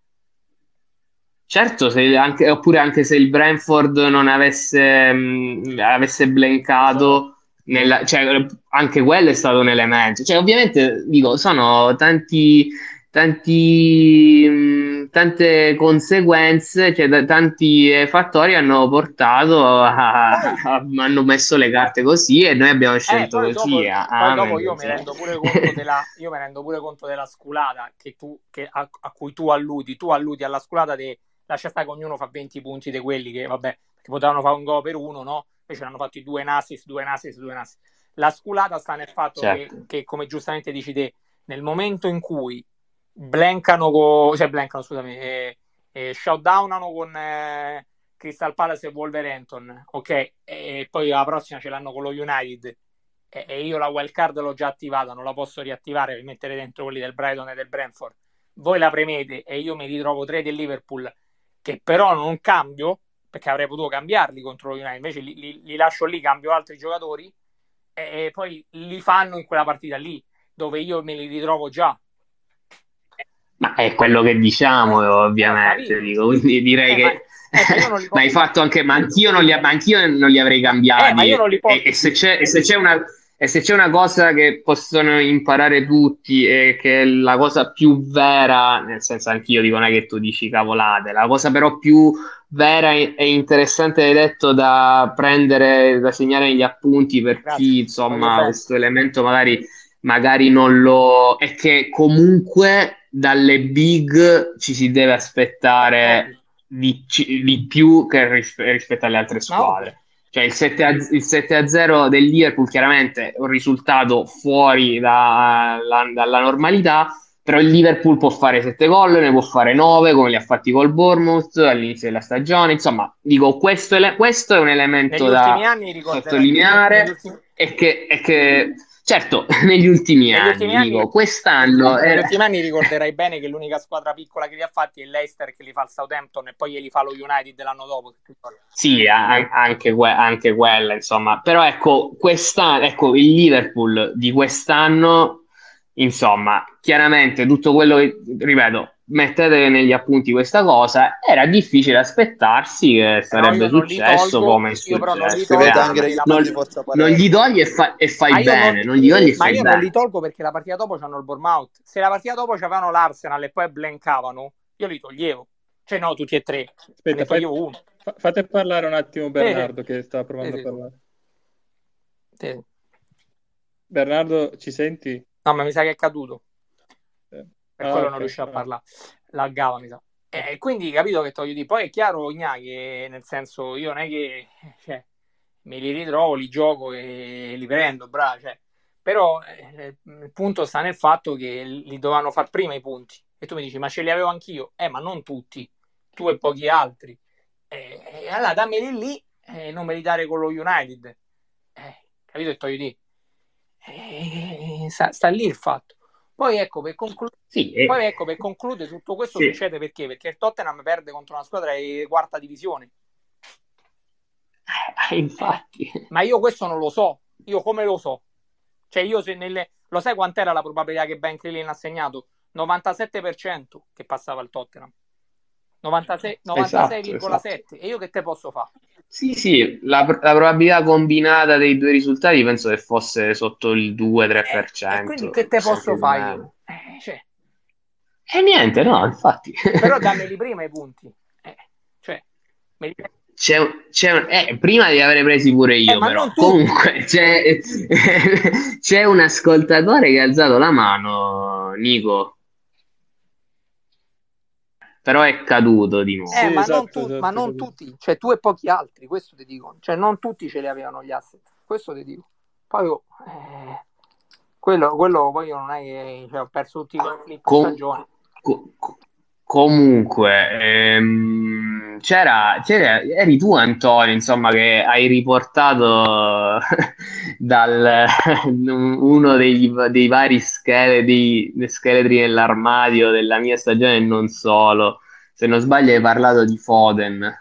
certo, se anche, oppure anche se il Brentford non avesse, mh, avesse blankato, nella, cioè, anche quello è stato un elemento. Cioè, ovviamente, dico, sono tanti, tanti, mh, tante conseguenze, cioè, da- tanti eh, fattori hanno portato a, Poi, a- hanno messo le carte così e noi abbiamo eh, scelto poi così. dopo, Ah, poi amen, dopo io mi insomma. rendo pure conto della, io mi rendo pure conto della sculata che tu, che, a, a cui tu alludi. Tu alludi alla sculata di lascia stare che ognuno fa venti punti di quelli che, vabbè, che potevano fare un gol per uno, no? Invece hanno fatto i due in assist, due in assist, due in assist. La sculata sta nel fatto che, Certo. che, come giustamente dici te, nel momento in cui blankano con, cioè blankano, scusami, eh, eh, shutdownano con eh, Crystal Palace e Wolverhampton, ok? E poi la prossima ce l'hanno con lo United e, e io la wild card l'ho già attivata, non la posso riattivare per mettere dentro quelli del Brighton e del Brentford. Voi la premete e io mi ritrovo tre del Liverpool che però non cambio perché avrei potuto cambiarli contro lo United, invece li, li, li lascio lì, cambio altri giocatori e, e poi li fanno in quella partita lì dove io me li ritrovo già. Ma è quello che diciamo, Eh, ovviamente, eh, dico, quindi direi eh, ma, che eh, ma io non li ma hai posso... fatto anche, ma anch'io non li, ma anch'io non li avrei Ma, eh, ma io cambiati. non li E, posso... e se c'è, e se c'è una, e se c'è una cosa che possono imparare tutti e che è la cosa più vera, nel senso anch'io dico, non è che tu dici cavolate, la cosa però più vera e e interessante hai detto da prendere, da segnare negli appunti per Grazie, chi, voglio insomma, bene. questo elemento magari magari non lo... è che comunque dalle big ci si deve Eh, ovvio. aspettare di, ci- di più che ris- rispetto alle altre Ma ovvio. squadre. Cioè il sette a, il sette a zero del Liverpool chiaramente è un risultato fuori da- la- dalla normalità, però il Liverpool può fare sette gol, ne può fare nove come li ha fatti col Bournemouth all'inizio della stagione. Insomma, dico, questo, ele- questo è un Negli elemento ultimi da anni ricorderai... ne- negli sottolineare ultimi... e che, e che Certo, negli ultimi Negli anni, ultimi anni, dico, negli, quest'anno negli era... ultimi anni ricorderai bene che l'unica squadra piccola che li ha fatti è Leicester, che li fa il Southampton e poi glieli fa lo United l'anno dopo. Sì, a- anche, que- anche quella, insomma. Però ecco, quest'anno, ecco, il Liverpool di quest'anno, insomma, chiaramente tutto quello che, ripeto, mettete negli appunti questa cosa, era difficile aspettarsi che Però sarebbe io non li successo tolgo, come è io però non li successo. Si tolgo vede Chiaro, anche ma perché negli la non, punti partita... forza non gli Palermo. togli e, fa- e fai Ma io non, bene, non gli togli e ma fai io non li bene. tolgo perché la partita dopo c'hanno il Bournemouth. Se la partita dopo c'avevano l'Arsenal e poi blankavano, io li toglievo. Cioè no, tutti e tre. Me Aspetta, ne fai- toglievo uno. fa- fate parlare un attimo Sì, Bernardo sì. che sta Sì, provando a sì. parlare. Sì. Bernardo, ci senti? No, ma mi sa che è caduto. Eh. Per Ah, quello ok. non riusciva a Ah. parlare. Laggava, mi sa. E quindi capito che voglio dire. Poi è chiaro, Ignà, che nel senso io non è che cioè, me li ritrovo, li gioco e li prendo, bravo. Cioè. Però eh, il punto sta nel fatto che li dovevano far prima i punti. E tu mi dici, ma ce li avevo anch'io? Eh, ma non tutti. Tu e pochi altri. E eh, allora dammeli lì e non me li dare con lo United. Eh, capito che voglio dire? Eh, sta, sta lì il fatto. Poi ecco, per concludere, Sì, e- poi ecco, per concludere tutto questo sì. succede perché? Perché il Tottenham perde contro una squadra di quarta divisione. Eh, infatti. Ma io questo non lo so. Io come lo so? Cioè io se nelle... Lo sai quant'era la probabilità che Ben Crillin ha segnato? novantasette per cento che passava il Tottenham. novantasei novantasei virgola sette. Esatto, esatto. E io che te posso fare? Sì, sì, la, la probabilità combinata dei due risultati penso che fosse sotto il Eh, e quindi che due-tre per cento, te anche posso di fare meno. io? Eh, cioè, E niente, no, infatti. però dammeli prima i punti. Eh, cioè, me li- C'è, c'è- eh, prima di aver presi pure eh, io, ma però. non tutti. Comunque, c'è, c'è un ascoltatore che ha alzato la mano, Nico, però è caduto di Eh, Sì, nuovo. ma non, esatto, tu, ma esatto, non capito. tutti, cioè tu e pochi altri, questo ti dico, cioè non tutti ce li avevano gli asset, questo ti dico. Poi oh, eh, quello, quello poi io non è che cioè, ho perso tutti i conflitti in Com- stagione. co- co- comunque, ehm, c'era, c'era- eri tu, Antonio, insomma, che hai riportato dal uno dei, dei vari scheletri, scheletri nell'armadio della mia stagione e non solo. Se non sbaglio, hai parlato di Foden.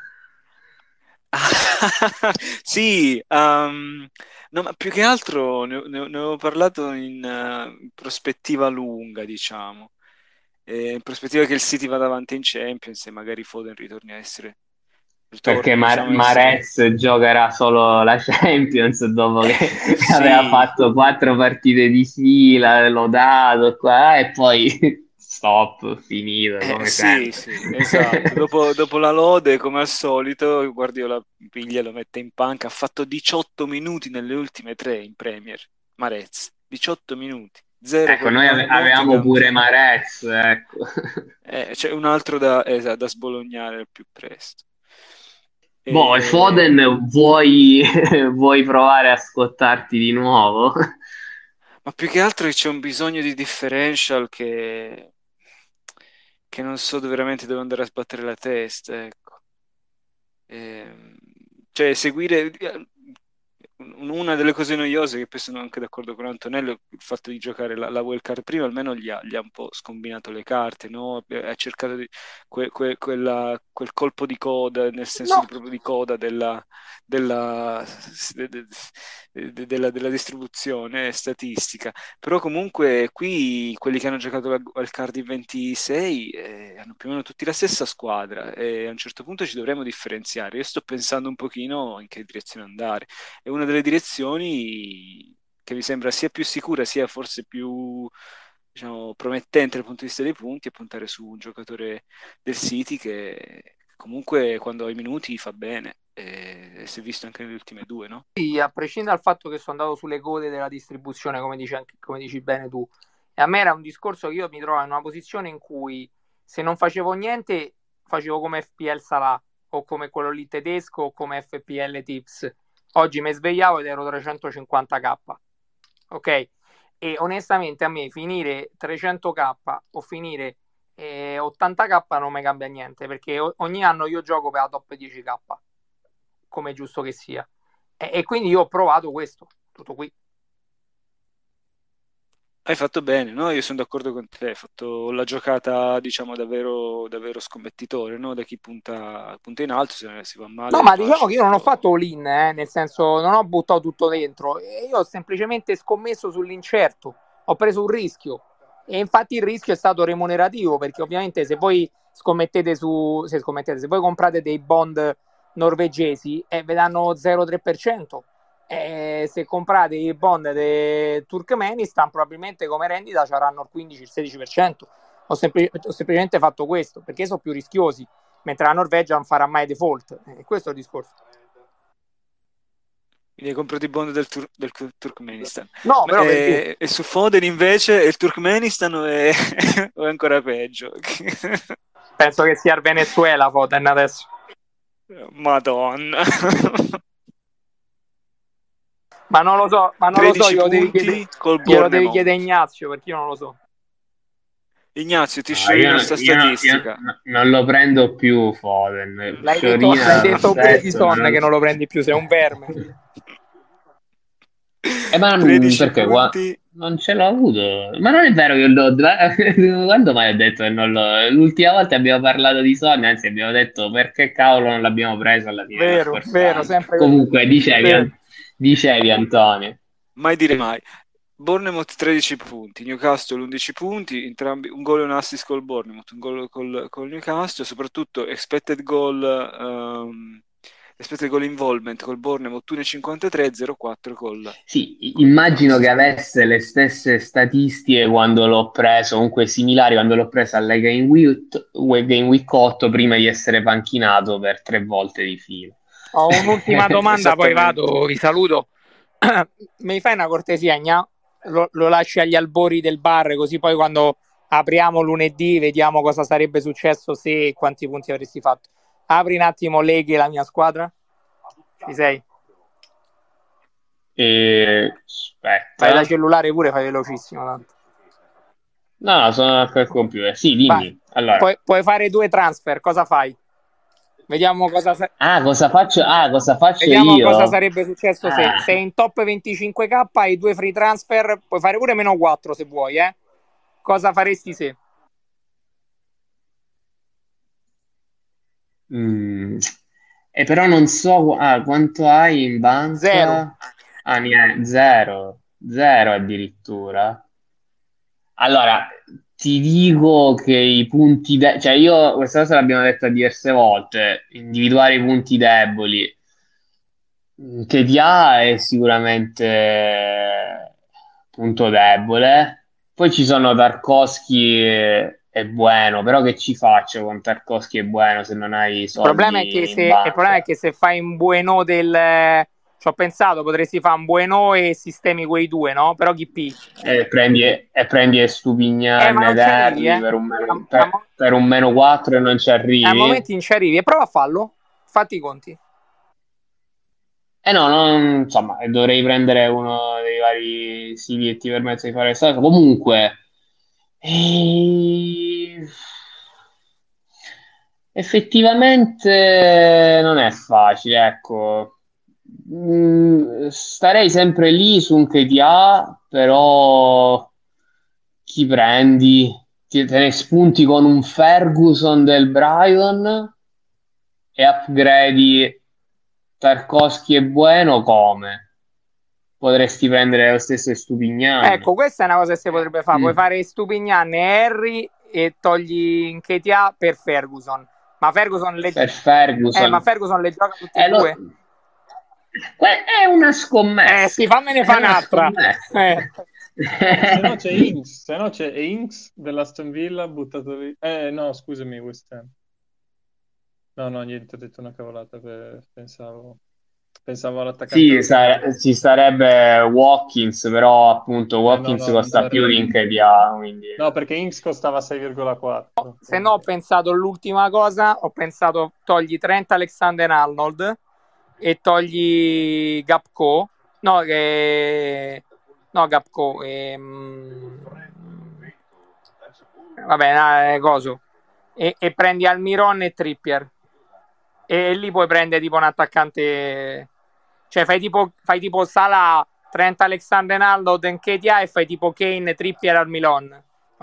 Sì, ehm, no, ma più che altro ne, ne- ne avevo parlato in, eh, in prospettiva lunga, diciamo. Eh, in prospettiva che il City vada avanti in Champions e magari Foden ritorni a essere, Perché ritorni, Mar- diciamo, a essere... Marez giocherà solo la Champions dopo che Eh, aveva sì, fatto quattro partite di fila, lodato qua e poi stop, finito eh, come sì, sempre. sì, esatto. Dopo, dopo la lode, come al solito, Guardiola piglia, lo mette in panca. Ha fatto diciotto minuti nelle ultime tre in Premier. Marez, diciotto minuti, zero Ecco, gol, noi no, ave- no avevamo pure gigante. Marez, ecco. Eh, c'è un altro da, esatto, da sbolognare al più presto. Boh, e E- Foden, vuoi, vuoi provare a scottarti di nuovo? Ma più che altro c'è un bisogno di differential che, che non so dove- veramente dove andare a sbattere la testa, ecco. Ehm, cioè, seguire eh, una delle cose noiose, che poi sono anche d'accordo con Antonello, il fatto di giocare la, la wild card prima almeno gli ha, gli ha un po' scombinato le carte, no? Ha cercato di, que- que- quella- quel colpo di coda, nel senso No, di, proprio di coda della, della, de- de- de- della, della distribuzione statistica. Però comunque qui quelli che hanno giocato la wild card in ventisei eh, hanno più o meno tutti la stessa squadra e a un certo punto ci dovremo differenziare. Io sto pensando un pochino in che direzione andare. È una delle direzioni che mi sembra sia più sicura, sia forse più, diciamo, promettente dal punto di vista dei punti, è puntare su un giocatore del City che comunque quando ha i minuti fa bene. E si è visto anche nelle ultime due, no? sì, a prescindere dal fatto che sono andato sulle code della distribuzione, come dici, anche- come dici bene tu, e a me era un discorso che io mi trovavo in una posizione in cui se non facevo niente, facevo come F P L Salah, o come quello lì tedesco, o come F P L Tips. Oggi mi svegliavo ed ero trecentocinquanta k, ok? E onestamente a me finire trecento k o finire eh, ottanta k non mi cambia niente, perché o- ogni anno io gioco per la top dieci k, come è giusto che sia. E, e quindi io ho provato questo, tutto qui. Hai fatto bene, no? Io sono d'accordo con te, hai fatto la giocata, diciamo, davvero, davvero scommettitore, no? Da chi punta, punta in alto, se si va male No, ma diciamo ripasci che un io non ho po'. fatto all-in, eh, nel senso non ho buttato tutto dentro, io ho semplicemente scommesso sull'incerto, ho preso un rischio e infatti il rischio è stato remunerativo perché ovviamente se voi scommettete su, se scommettete, se voi comprate dei bond norvegesi e eh, vi danno zero virgola tre per cento, e se comprate i bond del Turkmenistan probabilmente come rendita ci avranno il quindici sedici per cento. Ho, sempl- ho semplicemente fatto questo perché sono più rischiosi, mentre la Norvegia non farà mai default. E questo è il discorso. Quindi hai comprato i bond del, Tur- del Turkmenistan. No, Ma, però per dire, e, e su Foden invece il Turkmenistan è, è ancora peggio. penso che sia il Venezuela Foden adesso. Madonna. Ma non lo so, ma non lo so, tredici glielo devi punti chiedere, col glielo devi chiedere Bournemouth. Ignazio perché io non lo so. Ignazio, ti No, io, sciorino non- sta io non io statistica. non- non lo prendo più Foden. L'hai detto, l'hai Sciorina lo detto pure di stesso, ma Son non... che non lo prendi più, sei un verme. Eh, ma non- tredici perché qua punti. non ce l'ho avuto. Ma non è vero che l'ho... Quando mai ho detto che non l'ho... L'ultima volta abbiamo parlato di Sony, anzi abbiamo detto perché cavolo non l'abbiamo preso alla fine dello Vero, scorso vero, anno. sempre così. Comunque, dicevi, Vero. An- dicevi Antonio. Mai dire mai. Bournemouth tredici punti, Newcastle undici punti, entrambi un gol e un assist col Bournemouth, un gol col, col Newcastle, soprattutto expected goal, um, expected goal involvement col Bournemouth uno virgola cinquantatré, zero virgola quattro col, Sì, i- col immagino che Newcastle. avesse le stesse statistiche quando l'ho preso, comunque similari quando l'ho preso alla Game Week, Game Week otto prima di essere panchinato per tre volte di filo. Ho un'ultima domanda, poi Esattamente. vado, vi saluto. Mi fai una cortesia, Gna? Lo, lo lasci agli albori del bar, così poi quando apriamo lunedì vediamo cosa sarebbe successo se e quanti punti avresti fatto. Apri un attimo Leghe, la mia squadra. Ci sei? E Fai da aspetta, cellulare pure, fai velocissimo. Tanto. no, no, sono anche al computer. Sì, Vai. dimmi. Allora, Puoi, puoi fare due transfer, cosa fai? Vediamo cosa, sa- ah, cosa faccio? Ah, cosa faccio vediamo cosa io? sarebbe successo se Ah, sei in top venticinque K e i due free transfer, puoi fare pure meno quattro se vuoi, eh? Cosa faresti se? mm, e però non so ah, quanto hai in Zero. banca. Ah, niente, zero, zero addirittura. Allora, ti dico che i punti de- cioè io questa cosa l'abbiamo detta diverse volte, individuare i punti deboli. Mm, K D A è sicuramente punto debole. Poi ci sono Tarkovsky e, e Bueno, però che ci faccio con Tarkovsky e Bueno se non hai Il problema è che soldi in se, il problema è banca? che se fai un bueno del... Ci ho pensato, potresti fare un bueno e sistemi quei due, no? Però chi P? E prendi, e prendi Eh, ma Estupignan non ed ci arrivi, Early eh? per un A, meno, a per, mo- per un meno quattro e non ci a arrivi? momenti non ci arrivi. E prova a farlo. Fatti i conti. Eh no, non- insomma, dovrei prendere uno dei vari siti che ti permettono di fare questa cosa. Comunque, eh, effettivamente non è facile, ecco. Mm, starei sempre lì su un K T A, però chi prendi? Ti- Te ne spunti con un Ferguson del Brighton e upgradi Tarkovsky e Bueno come? Potresti prendere lo stesso Ecco, Stupignan. questa è una cosa che si potrebbe fare. Puoi Mm. fare Stupignan e Harry e togli in K T A per Ferguson. Ma Ferguson le, Per eh, ma Ferguson. Ferguson le gioca tutti e Eh, lo- due? que- È una Eh sì, scommessa. fammene È fa una un'altra. scommessa. Eh. Se no c'è Inks, se no c'è Inks dell'Aston Villa buttato lì. Eh no, scusami, West Ham. No, no, niente, ho detto una cavolata, per- pensavo, pensavo all'attaccante Sì, dell'Aston Villa. sa- ci sarebbe Watkins, però appunto Eh no, Watkins no, non costa ci più di arrivo. Nketiah, quindi... No, perché Inks costava sei virgola quattro. Se no ho pensato l'ultima cosa, ho pensato togli Trent Alexander-Arnold e togli Gapco. No, che... No, Gapco. ehm, Vabbè, eh, coso. E, e prendi Almiron e Trippier. E lì puoi prendere tipo un attaccante... Cioè fai tipo, fai tipo Salah Trent Alexander-Arnold in K T A e fai tipo Kane, Trippier al Milan.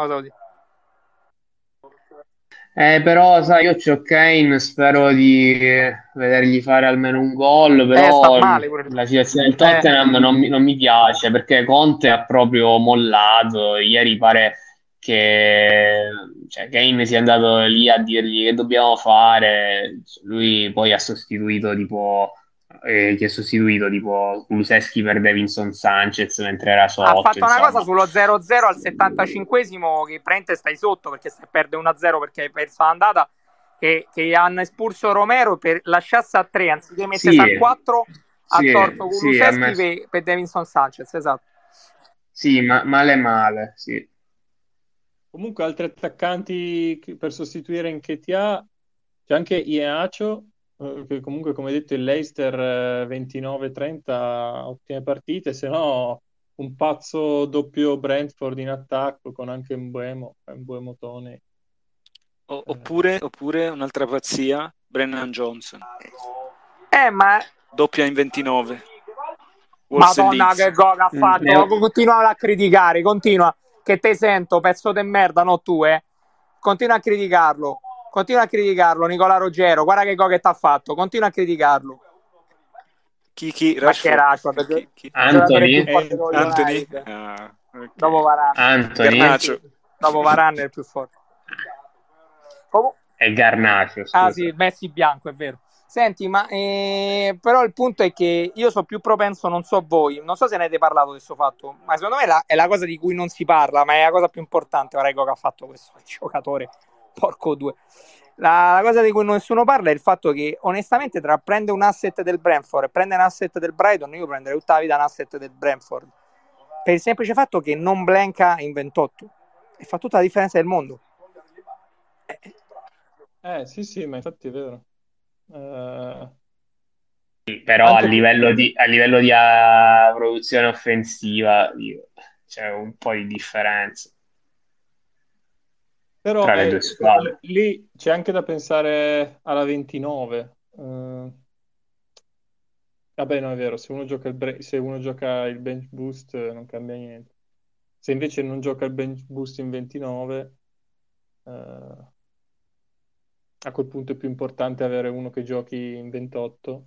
Eh, però, sai, io c'ho Kane, spero di vedergli fare almeno un gol, Eh, sta però male pure. la situazione del Eh. Tottenham non mi, non mi piace, perché Conte ha proprio mollato. Ieri pare che cioè, Kane sia andato lì a dirgli che dobbiamo fare, lui poi ha sostituito tipo eh, chi è sostituito tipo Kulusevski per Davinson Sanchez mentre era Ha sotto, fatto una insomma. cosa sullo zero zero al settantacinquesimo che praticamente stai sotto perché se perde uno a zero perché hai perso l'andata, che, che hanno espulso Romero per lasciarsi a tre anziché mettersi Sì, a quattro, sì, ha torto sì, Kulusevski ha messo- per, per Davinson Sanchez, esatto. sì, ma male male, sì. Comunque altri attaccanti che- per sostituire in K T A c'è anche Iheanacho, eh, che comunque come detto il Leicester eh, ventinove trenta ottime partite, se no un pazzo doppio Brentford in attacco con anche Mbuemo, Mbuemo Tone. O- oppure, oppure un'altra pazzia, Brennan Johnson, Eh, ma doppia in ventinove. Wolves e Madonna Leeds. che gol ha Mm, fatto, ne ho- continua a criticare, continua, che te sento, pezzo de merda, no tu, eh. Continua a criticarlo, continua a criticarlo, Nicola Ruggero, guarda che gol che t'ha fatto, continua a criticarlo. Chi, chi? Ma che Rashford? Rashford, Chi, chi? il giocatore più Anthony? forte con Anthony? United. Ah, ok. Dopo Varane. Anthony Garnacho. Dopo Varane è il più forte. Comu- e Garnacho, Ah scusa. sì, Messi bianco, è vero. Senti, ma eh, però il punto è che io so più propenso, non so voi, non so se ne avete parlato di questo fatto, ma secondo me la- è la cosa di cui non si parla, ma è la cosa più importante, Prego, che ha fatto questo giocatore, porco due. La, la cosa di cui nessuno parla è il fatto che onestamente tra prende un asset del Brentford e prende un asset del Brighton, io prenderei tutta la vita un asset del Brentford, per il semplice fatto che non blanca in ventotto e fa tutta la differenza del mondo. Eh sì sì, ma infatti è vero. Eh, Sì, però a anche per- livello di, a livello di ah, produzione offensiva dico, c'è un po' di differenza Però tra le due eh, squadre. lì c'è anche da pensare alla ventinove. Eh, vabbè, no, è vero, se uno gioca il, bre- se uno gioca il bench boost eh, non cambia niente. Se invece non gioca il bench boost in ventinove, eh, a quel punto è più importante avere uno che giochi in ventotto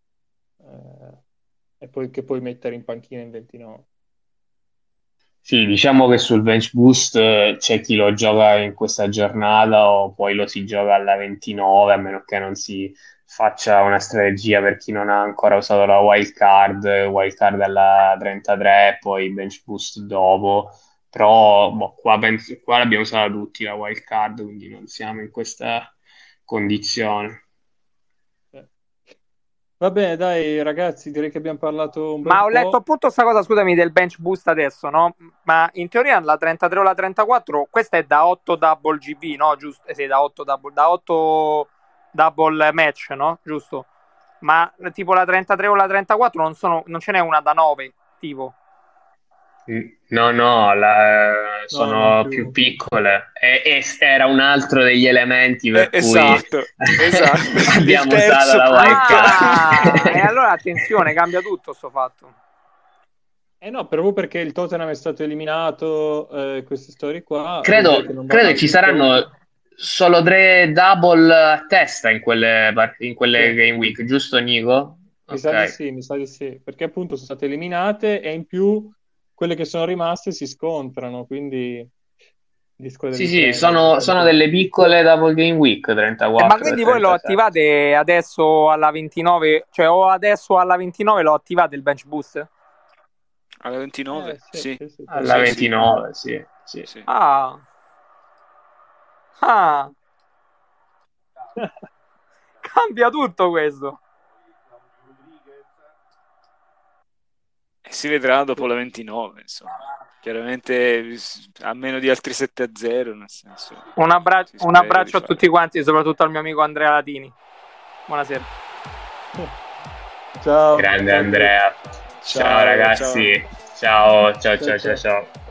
eh, e poi che puoi mettere in panchina in ventinove. Sì, diciamo che sul bench boost eh, c'è chi lo gioca in questa giornata o poi lo si gioca alla ventinove, a meno che non si faccia una strategia per chi non ha ancora usato la wild card, wild card alla trentatré, poi bench boost dopo. Però boh, qua, penso, qua l'abbiamo usata tutti la wild card, quindi non siamo in questa condizione. Eh. Va bene, dai ragazzi, direi che abbiamo parlato un bel Ma ho letto po'. appunto questa cosa, scusami, del bench boost adesso, no? Ma in teoria la trentatré o la trentaquattro, questa è da otto double G B, no? Giusto? Eh sì, da otto double, da otto double match, no? Giusto? Ma tipo la trentatré o la trentaquattro non, sono, non ce n'è una da nove, tipo. No, no, la- No, non sono più più. piccole e, e era un altro degli elementi Eh, per cui esatto, esatto. Il abbiamo usato terzo la wild punto. Ah, e card. allora attenzione, cambia tutto sto fatto. Eh no, proprio perché il Tottenham è stato eliminato, eh, queste storie qua, vuol dire che Credo, non va credo mai che ci in ventotto. saranno solo tre double a testa in quelle, par- in quelle Sì. game week, giusto Nico? Mi sa di Ok. sì, mi sa di sì, perché appunto sono state eliminate e in più quelle che sono rimaste si scontrano, quindi di squadre Sì, di sì, Premier. sono, sono delle piccole double game week, Eh, ma trentaquattro e quindi voi lo trentasette. attivate adesso alla ventinove, cioè o adesso alla ventinove lo attivate il bench boost? Alla Eh ventinove? sì, Sì, sì, sì, Alla sì, sì, ventinove, sì, sì. sì. Ah. Ah. Cambia tutto questo. E si vedrà dopo la ventinove, insomma. Chiaramente a meno di altri sette a zero, nel senso. Un, abbra- si un spera abbraccio a di fare. tutti quanti, soprattutto al mio amico Andrea Latini. Buonasera. Ciao. Grande ciao a tutti. Andrea. Ciao Ciao, ragazzi. Ciao, ciao, Ciao, ciao, ciao, ciao. ciao.